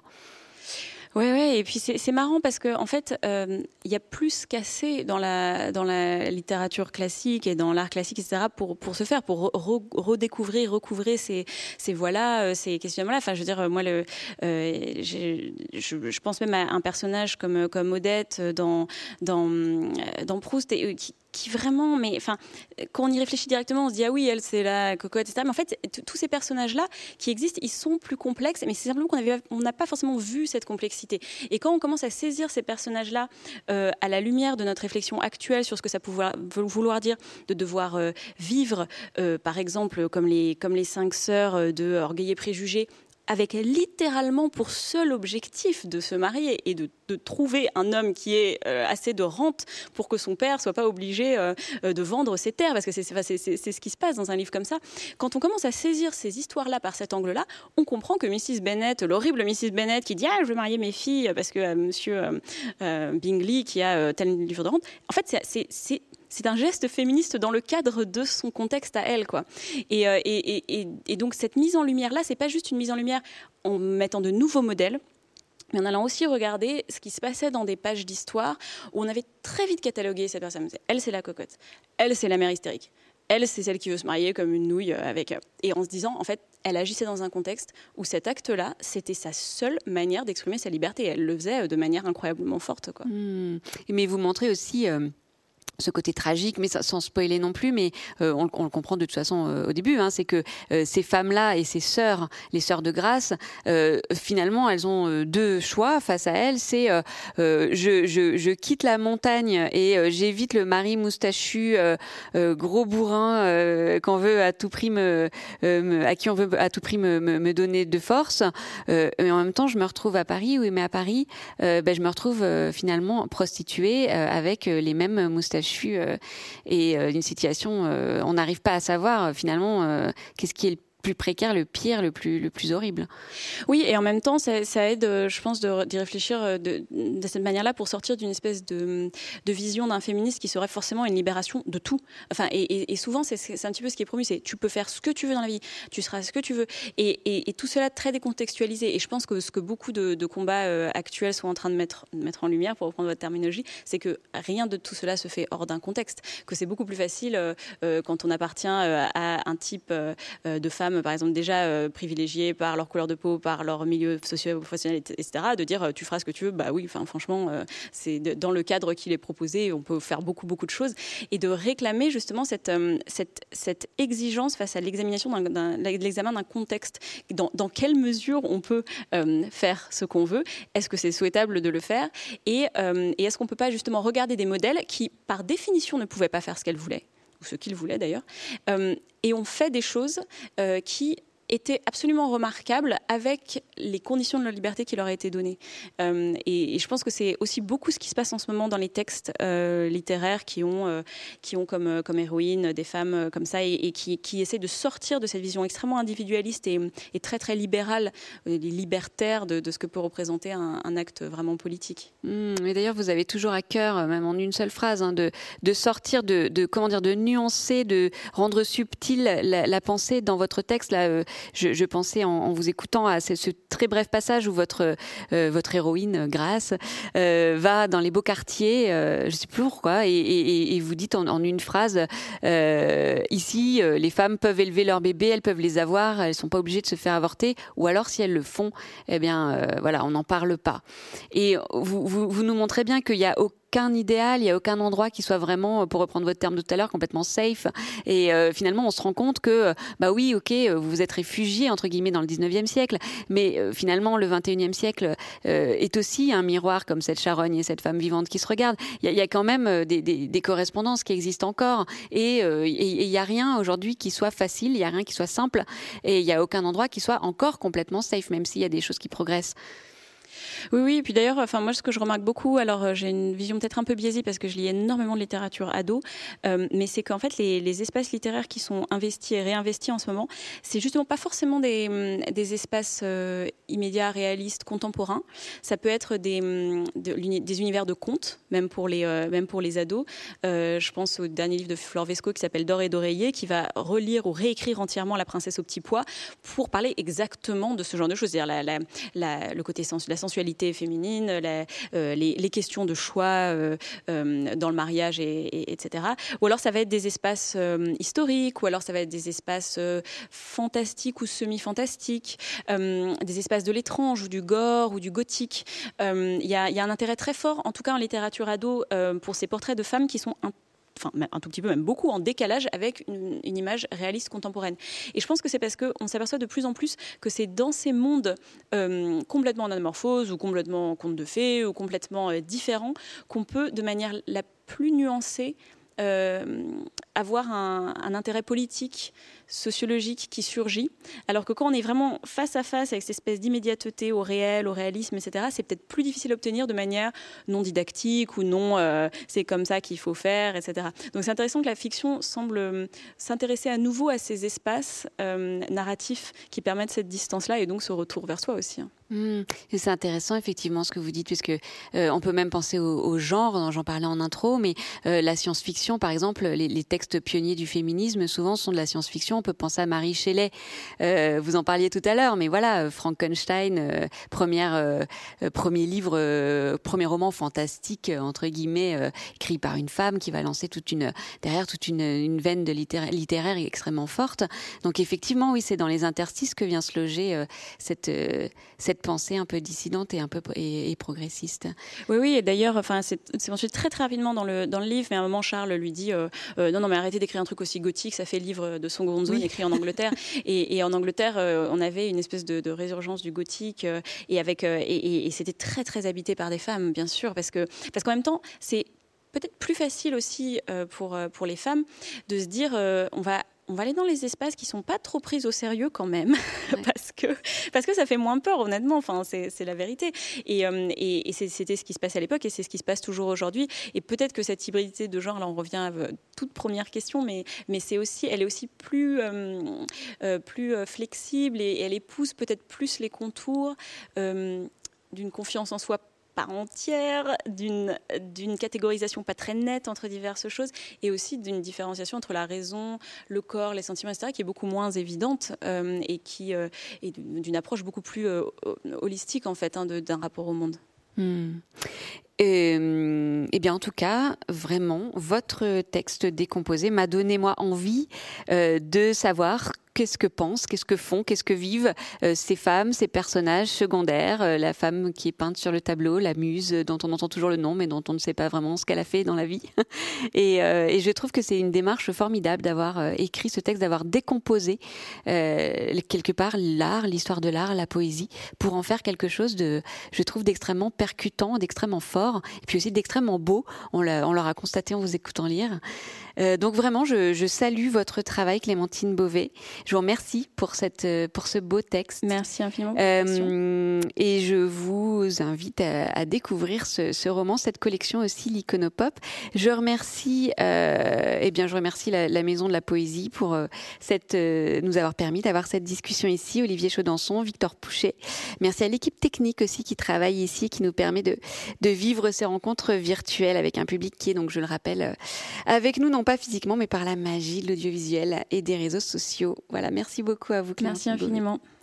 Ouais, ouais, et puis c'est, c'est marrant parce que en fait, il euh, y a plus qu'assez dans la dans la littérature classique et dans l'art classique, et cetera, pour pour se faire, pour re, redécouvrir, recouvrir ces ces voix-là, ces questionnements-là. Enfin, je veux dire, moi, le, euh, je, je pense même à un personnage comme comme Odette dans dans dans Proust et qui qui vraiment, mais enfin, quand on y réfléchit directement, on se dit ah oui, elle c'est la cocotte, et cetera. Mais en fait, t- tous ces personnages-là qui existent, ils sont plus complexes, mais c'est simplement qu'on avait, on n'a pas forcément vu cette complexité. Et quand on commence à saisir ces personnages-là euh, à la lumière de notre réflexion actuelle sur ce que ça pouvait vouloir dire de devoir euh, vivre, euh, par exemple, comme les comme les cinq sœurs de Orgueil et Préjugés, avec littéralement pour seul objectif de se marier et de, de trouver un homme qui ait euh, assez de rente pour que son père soit pas obligé euh, de vendre ses terres, parce que c'est, c'est, c'est, c'est ce qui se passe dans un livre comme ça. Quand on commence à saisir ces histoires-là par cet angle-là, on comprend que missus Bennet, l'horrible missus Bennet qui dit « Ah, je veux marier mes filles parce que euh, monsieur euh, euh, Bingley qui a euh, tel livre de rente », en fait, c'est... c'est, c'est C'est un geste féministe dans le cadre de son contexte à elle, quoi. Et, euh, et, et, et donc cette mise en lumière-là, c'est pas juste une mise en lumière en mettant de nouveaux modèles, mais en allant aussi regarder ce qui se passait dans des pages d'histoire où on avait très vite catalogué cette personne. Elle, c'est la cocotte. Elle, c'est la mère hystérique. Elle, c'est celle qui veut se marier comme une nouille avec... Et en se disant, en fait, elle agissait dans un contexte où cet acte-là, c'était sa seule manière d'exprimer sa liberté. Elle le faisait de manière incroyablement forte, quoi. Mmh. Mais vous montrez aussi... Euh... ce côté tragique, mais sans spoiler non plus, mais euh, on, on le comprend de toute façon euh, au début, hein, c'est que euh, ces femmes-là et ces sœurs, les sœurs de grâce, euh, finalement, elles ont euh, deux choix face à elles. C'est euh, euh, je, je, je quitte la montagne et euh, j'évite le mari moustachu, euh, euh, gros bourrin euh, qu'on veut à tout prix me, euh, me, à qui on veut à tout prix me, me, me donner de force. Euh, mais en même temps, je me retrouve à Paris. Oui, mais à Paris, euh, ben, je me retrouve euh, finalement prostituée euh, avec euh, les mêmes moustaches. Euh, et euh, une situation, euh, on n'arrive pas à savoir euh, finalement euh, qu'est-ce qui est le plus précaire, le pire, le plus, le plus horrible. Oui, et en même temps, ça, ça aide, je pense, de, d'y réfléchir de, de cette manière-là pour sortir d'une espèce de, de vision d'un féministe qui serait forcément une libération de tout. Enfin, et, et, et souvent, c'est, c'est un petit peu ce qui est promu, c'est tu peux faire ce que tu veux dans la vie, tu seras ce que tu veux. Et, et, et tout cela très décontextualisé. Et je pense que ce que beaucoup de, de combats euh, actuels sont en train de mettre, de mettre en lumière, pour reprendre votre terminologie, c'est que rien de tout cela se fait hors d'un contexte. Que c'est beaucoup plus facile euh, euh, quand on appartient euh, à un type euh, de femme, par exemple, déjà euh, privilégiées par leur couleur de peau, par leur milieu socio-professionnel, et cetera, de dire euh, tu feras ce que tu veux, bah oui, enfin franchement, euh, c'est de, dans le cadre qu'il est proposé, on peut faire beaucoup beaucoup de choses, et de réclamer justement cette euh, cette, cette exigence face à l'examination d'un, d'un l'examen d'un contexte. Dans, dans quelle mesure on peut euh, faire ce qu'on veut? Est-ce que c'est souhaitable de le faire? Et, euh, et est-ce qu'on peut pas justement regarder des modèles qui, par définition, ne pouvaient pas faire ce qu'elles voulaient? ou ce qu'ils voulaient d'ailleurs, euh, et ont fait des choses euh, qui étaient absolument remarquables avec les conditions de leur liberté qui leur a été données. Euh, et, et je pense que c'est aussi beaucoup ce qui se passe en ce moment dans les textes euh, littéraires qui ont, euh, qui ont comme, comme héroïnes des femmes comme ça et, et qui, qui essaient de sortir de cette vision extrêmement individualiste et, et très très libérale, euh, libertaire de, de ce que peut représenter un, un acte vraiment politique. Mmh, mais d'ailleurs, vous avez toujours à cœur, même en une seule phrase, hein, de, de sortir, de, de, comment dire, de nuancer, de rendre subtile la, la pensée dans votre texte. Là, euh, Je, je pensais en, en vous écoutant à ce, ce très bref passage où votre, euh, votre héroïne, Grace, euh, va dans les beaux quartiers, euh, je ne sais plus pourquoi, et, et, et vous dites en, en une phrase, euh, ici, euh, les femmes peuvent élever leurs bébés, elles peuvent les avoir, elles ne sont pas obligées de se faire avorter, ou alors si elles le font, eh bien, euh, voilà, on n'en parle pas. Et vous, vous, vous nous montrez bien qu'il n'y a aucun aucun idéal, il n'y a aucun endroit qui soit vraiment, pour reprendre votre terme de tout à l'heure, complètement safe. Et euh, finalement, on se rend compte que, bah oui, ok, vous vous êtes réfugié, entre guillemets, dans le dix-neuvième siècle, mais euh, finalement, le vingt et unième siècle euh, est aussi un miroir comme cette charogne et cette femme vivante qui se regardent. Il y, y a quand même des, des, des correspondances qui existent encore. Et euh, il n'y a rien aujourd'hui qui soit facile, il n'y a rien qui soit simple. Et il n'y a aucun endroit qui soit encore complètement safe, même s'il y a des choses qui progressent. Oui, oui. Et puis d'ailleurs, enfin moi, ce que je remarque beaucoup, alors euh, j'ai une vision peut-être un peu biaisée parce que je lis énormément de littérature ado, euh, mais c'est qu'en fait les, les espaces littéraires qui sont investis et réinvestis en ce moment, c'est justement pas forcément des, des espaces euh, immédiats, réalistes, contemporains. Ça peut être des, de, des univers de contes, même pour les, euh, même pour les ados. Euh, je pense au dernier livre de Flore Vesco qui s'appelle D'or et d'oreiller, qui va relire ou réécrire entièrement La princesse au petit pois pour parler exactement de ce genre de choses, c'est-à-dire la, la, la, le côté sens, la sensualité féminine, la, euh, les, les questions de choix euh, euh, dans le mariage, et, et, etc. Ou alors ça va être des espaces euh, historiques, ou alors ça va être des espaces euh, fantastiques ou semi-fantastiques, euh, des espaces de l'étrange ou du gore ou du gothique. Il euh, y, y a un intérêt très fort, en tout cas en littérature ado, euh, pour ces portraits de femmes qui sont un enfin un tout petit peu, même beaucoup en décalage avec une, une image réaliste contemporaine. Et je pense que c'est parce qu'on s'aperçoit de plus en plus que c'est dans ces mondes euh, complètement anamorphoses ou complètement contes de fées ou complètement euh, différents qu'on peut, de manière la plus nuancée, Euh, avoir un, un intérêt politique, sociologique qui surgit, alors que quand on est vraiment face à face avec cette espèce d'immédiateté au réel, au réalisme, et cetera, c'est peut-être plus difficile à obtenir de manière non didactique ou non euh, c'est comme ça qu'il faut faire, et cetera. Donc c'est intéressant que la fiction semble euh, s'intéresser à nouveau à ces espaces euh, narratifs qui permettent cette distance-là et donc ce retour vers soi aussi. Hein. Mmh. Et c'est intéressant effectivement ce que vous dites, puisque euh, on peut même penser au, au genre, j'en parlais en intro, mais euh, la science-fiction par exemple, les, les textes pionniers du féminisme souvent sont de la science-fiction. On peut penser à Mary Shelley, euh, vous en parliez tout à l'heure, mais voilà, Frankenstein, euh, première, euh, premier livre, euh, premier roman fantastique entre guillemets, euh, écrit par une femme qui va lancer toute une, derrière toute une, une veine de littéraire, littéraire extrêmement forte. Donc effectivement, oui, c'est dans les interstices que vient se loger euh, cette, euh, cette pensée un peu dissidente et un peu et, et progressiste. Oui, oui, et d'ailleurs, enfin, c'est, c'est ensuite très très rapidement dans le dans le livre, mais à un moment Charles lui dit euh, euh, non non mais arrêtez d'écrire un truc aussi gothique, ça fait livre de Song Gonzo, oui. écrit en Angleterre, et, et en Angleterre euh, on avait une espèce de, de résurgence du gothique euh, et avec euh, et, et, et c'était très très habité par des femmes, bien sûr, parce que parce qu'en même temps c'est peut-être plus facile aussi euh, pour pour les femmes de se dire euh, on va on va aller dans les espaces qui sont pas trop pris au sérieux quand même, ouais. parce que parce que ça fait moins peur, honnêtement. Enfin, c'est c'est la vérité. Et euh, et, et c'est, c'était ce qui se passe à l'époque et c'est ce qui se passe toujours aujourd'hui. Et peut-être que cette hybridité de genre, là, on revient à toute première question, mais mais c'est aussi, elle est aussi plus euh, euh, plus flexible et, et elle épouse peut-être plus les contours euh, d'une confiance en soi part entière, d'une, d'une catégorisation pas très nette entre diverses choses et aussi d'une différenciation entre la raison, le corps, les sentiments, et cetera, qui est beaucoup moins évidente euh, et qui euh, est d'une approche beaucoup plus euh, holistique en fait hein, de, d'un rapport au monde. Hmm. Euh, eh bien, en tout cas, vraiment, votre texte décomposé m'a donné moi envie euh, de savoir qu'est-ce que pensent, qu'est-ce que font, qu'est-ce que vivent euh, ces femmes, ces personnages secondaires, euh, la femme qui est peinte sur le tableau, la muse dont on entend toujours le nom mais dont on ne sait pas vraiment ce qu'elle a fait dans la vie. et, euh, et je trouve que c'est une démarche formidable d'avoir euh, écrit ce texte, d'avoir décomposé euh, quelque part l'art, l'histoire de l'art, la poésie, pour en faire quelque chose de, je trouve, d'extrêmement percutant, d'extrêmement fort, et puis aussi d'extrêmement beau. On, l'a, on l'aura constaté en vous écoutant lire. Euh, donc vraiment, je, je salue votre travail, Clémentine Beauvais. Je vous remercie pour, cette, pour ce beau texte. Merci infiniment. Euh, et je vous invite à, à découvrir ce, ce roman, cette collection aussi, l'Iconopop. Je remercie, euh, eh bien, je remercie la, la Maison de la Poésie pour euh, cette, euh, nous avoir permis d'avoir cette discussion ici. Olivier Chaudençon, Victor Pouchet. Merci à l'équipe technique aussi qui travaille ici et qui nous permet de, de vivre ces rencontres virtuelles avec un public qui est, donc je le rappelle, avec nous, non pas physiquement, mais par la magie de l'audiovisuel et des réseaux sociaux. Voilà, merci beaucoup à vous, Clémentine. Merci infiniment. Beauvais.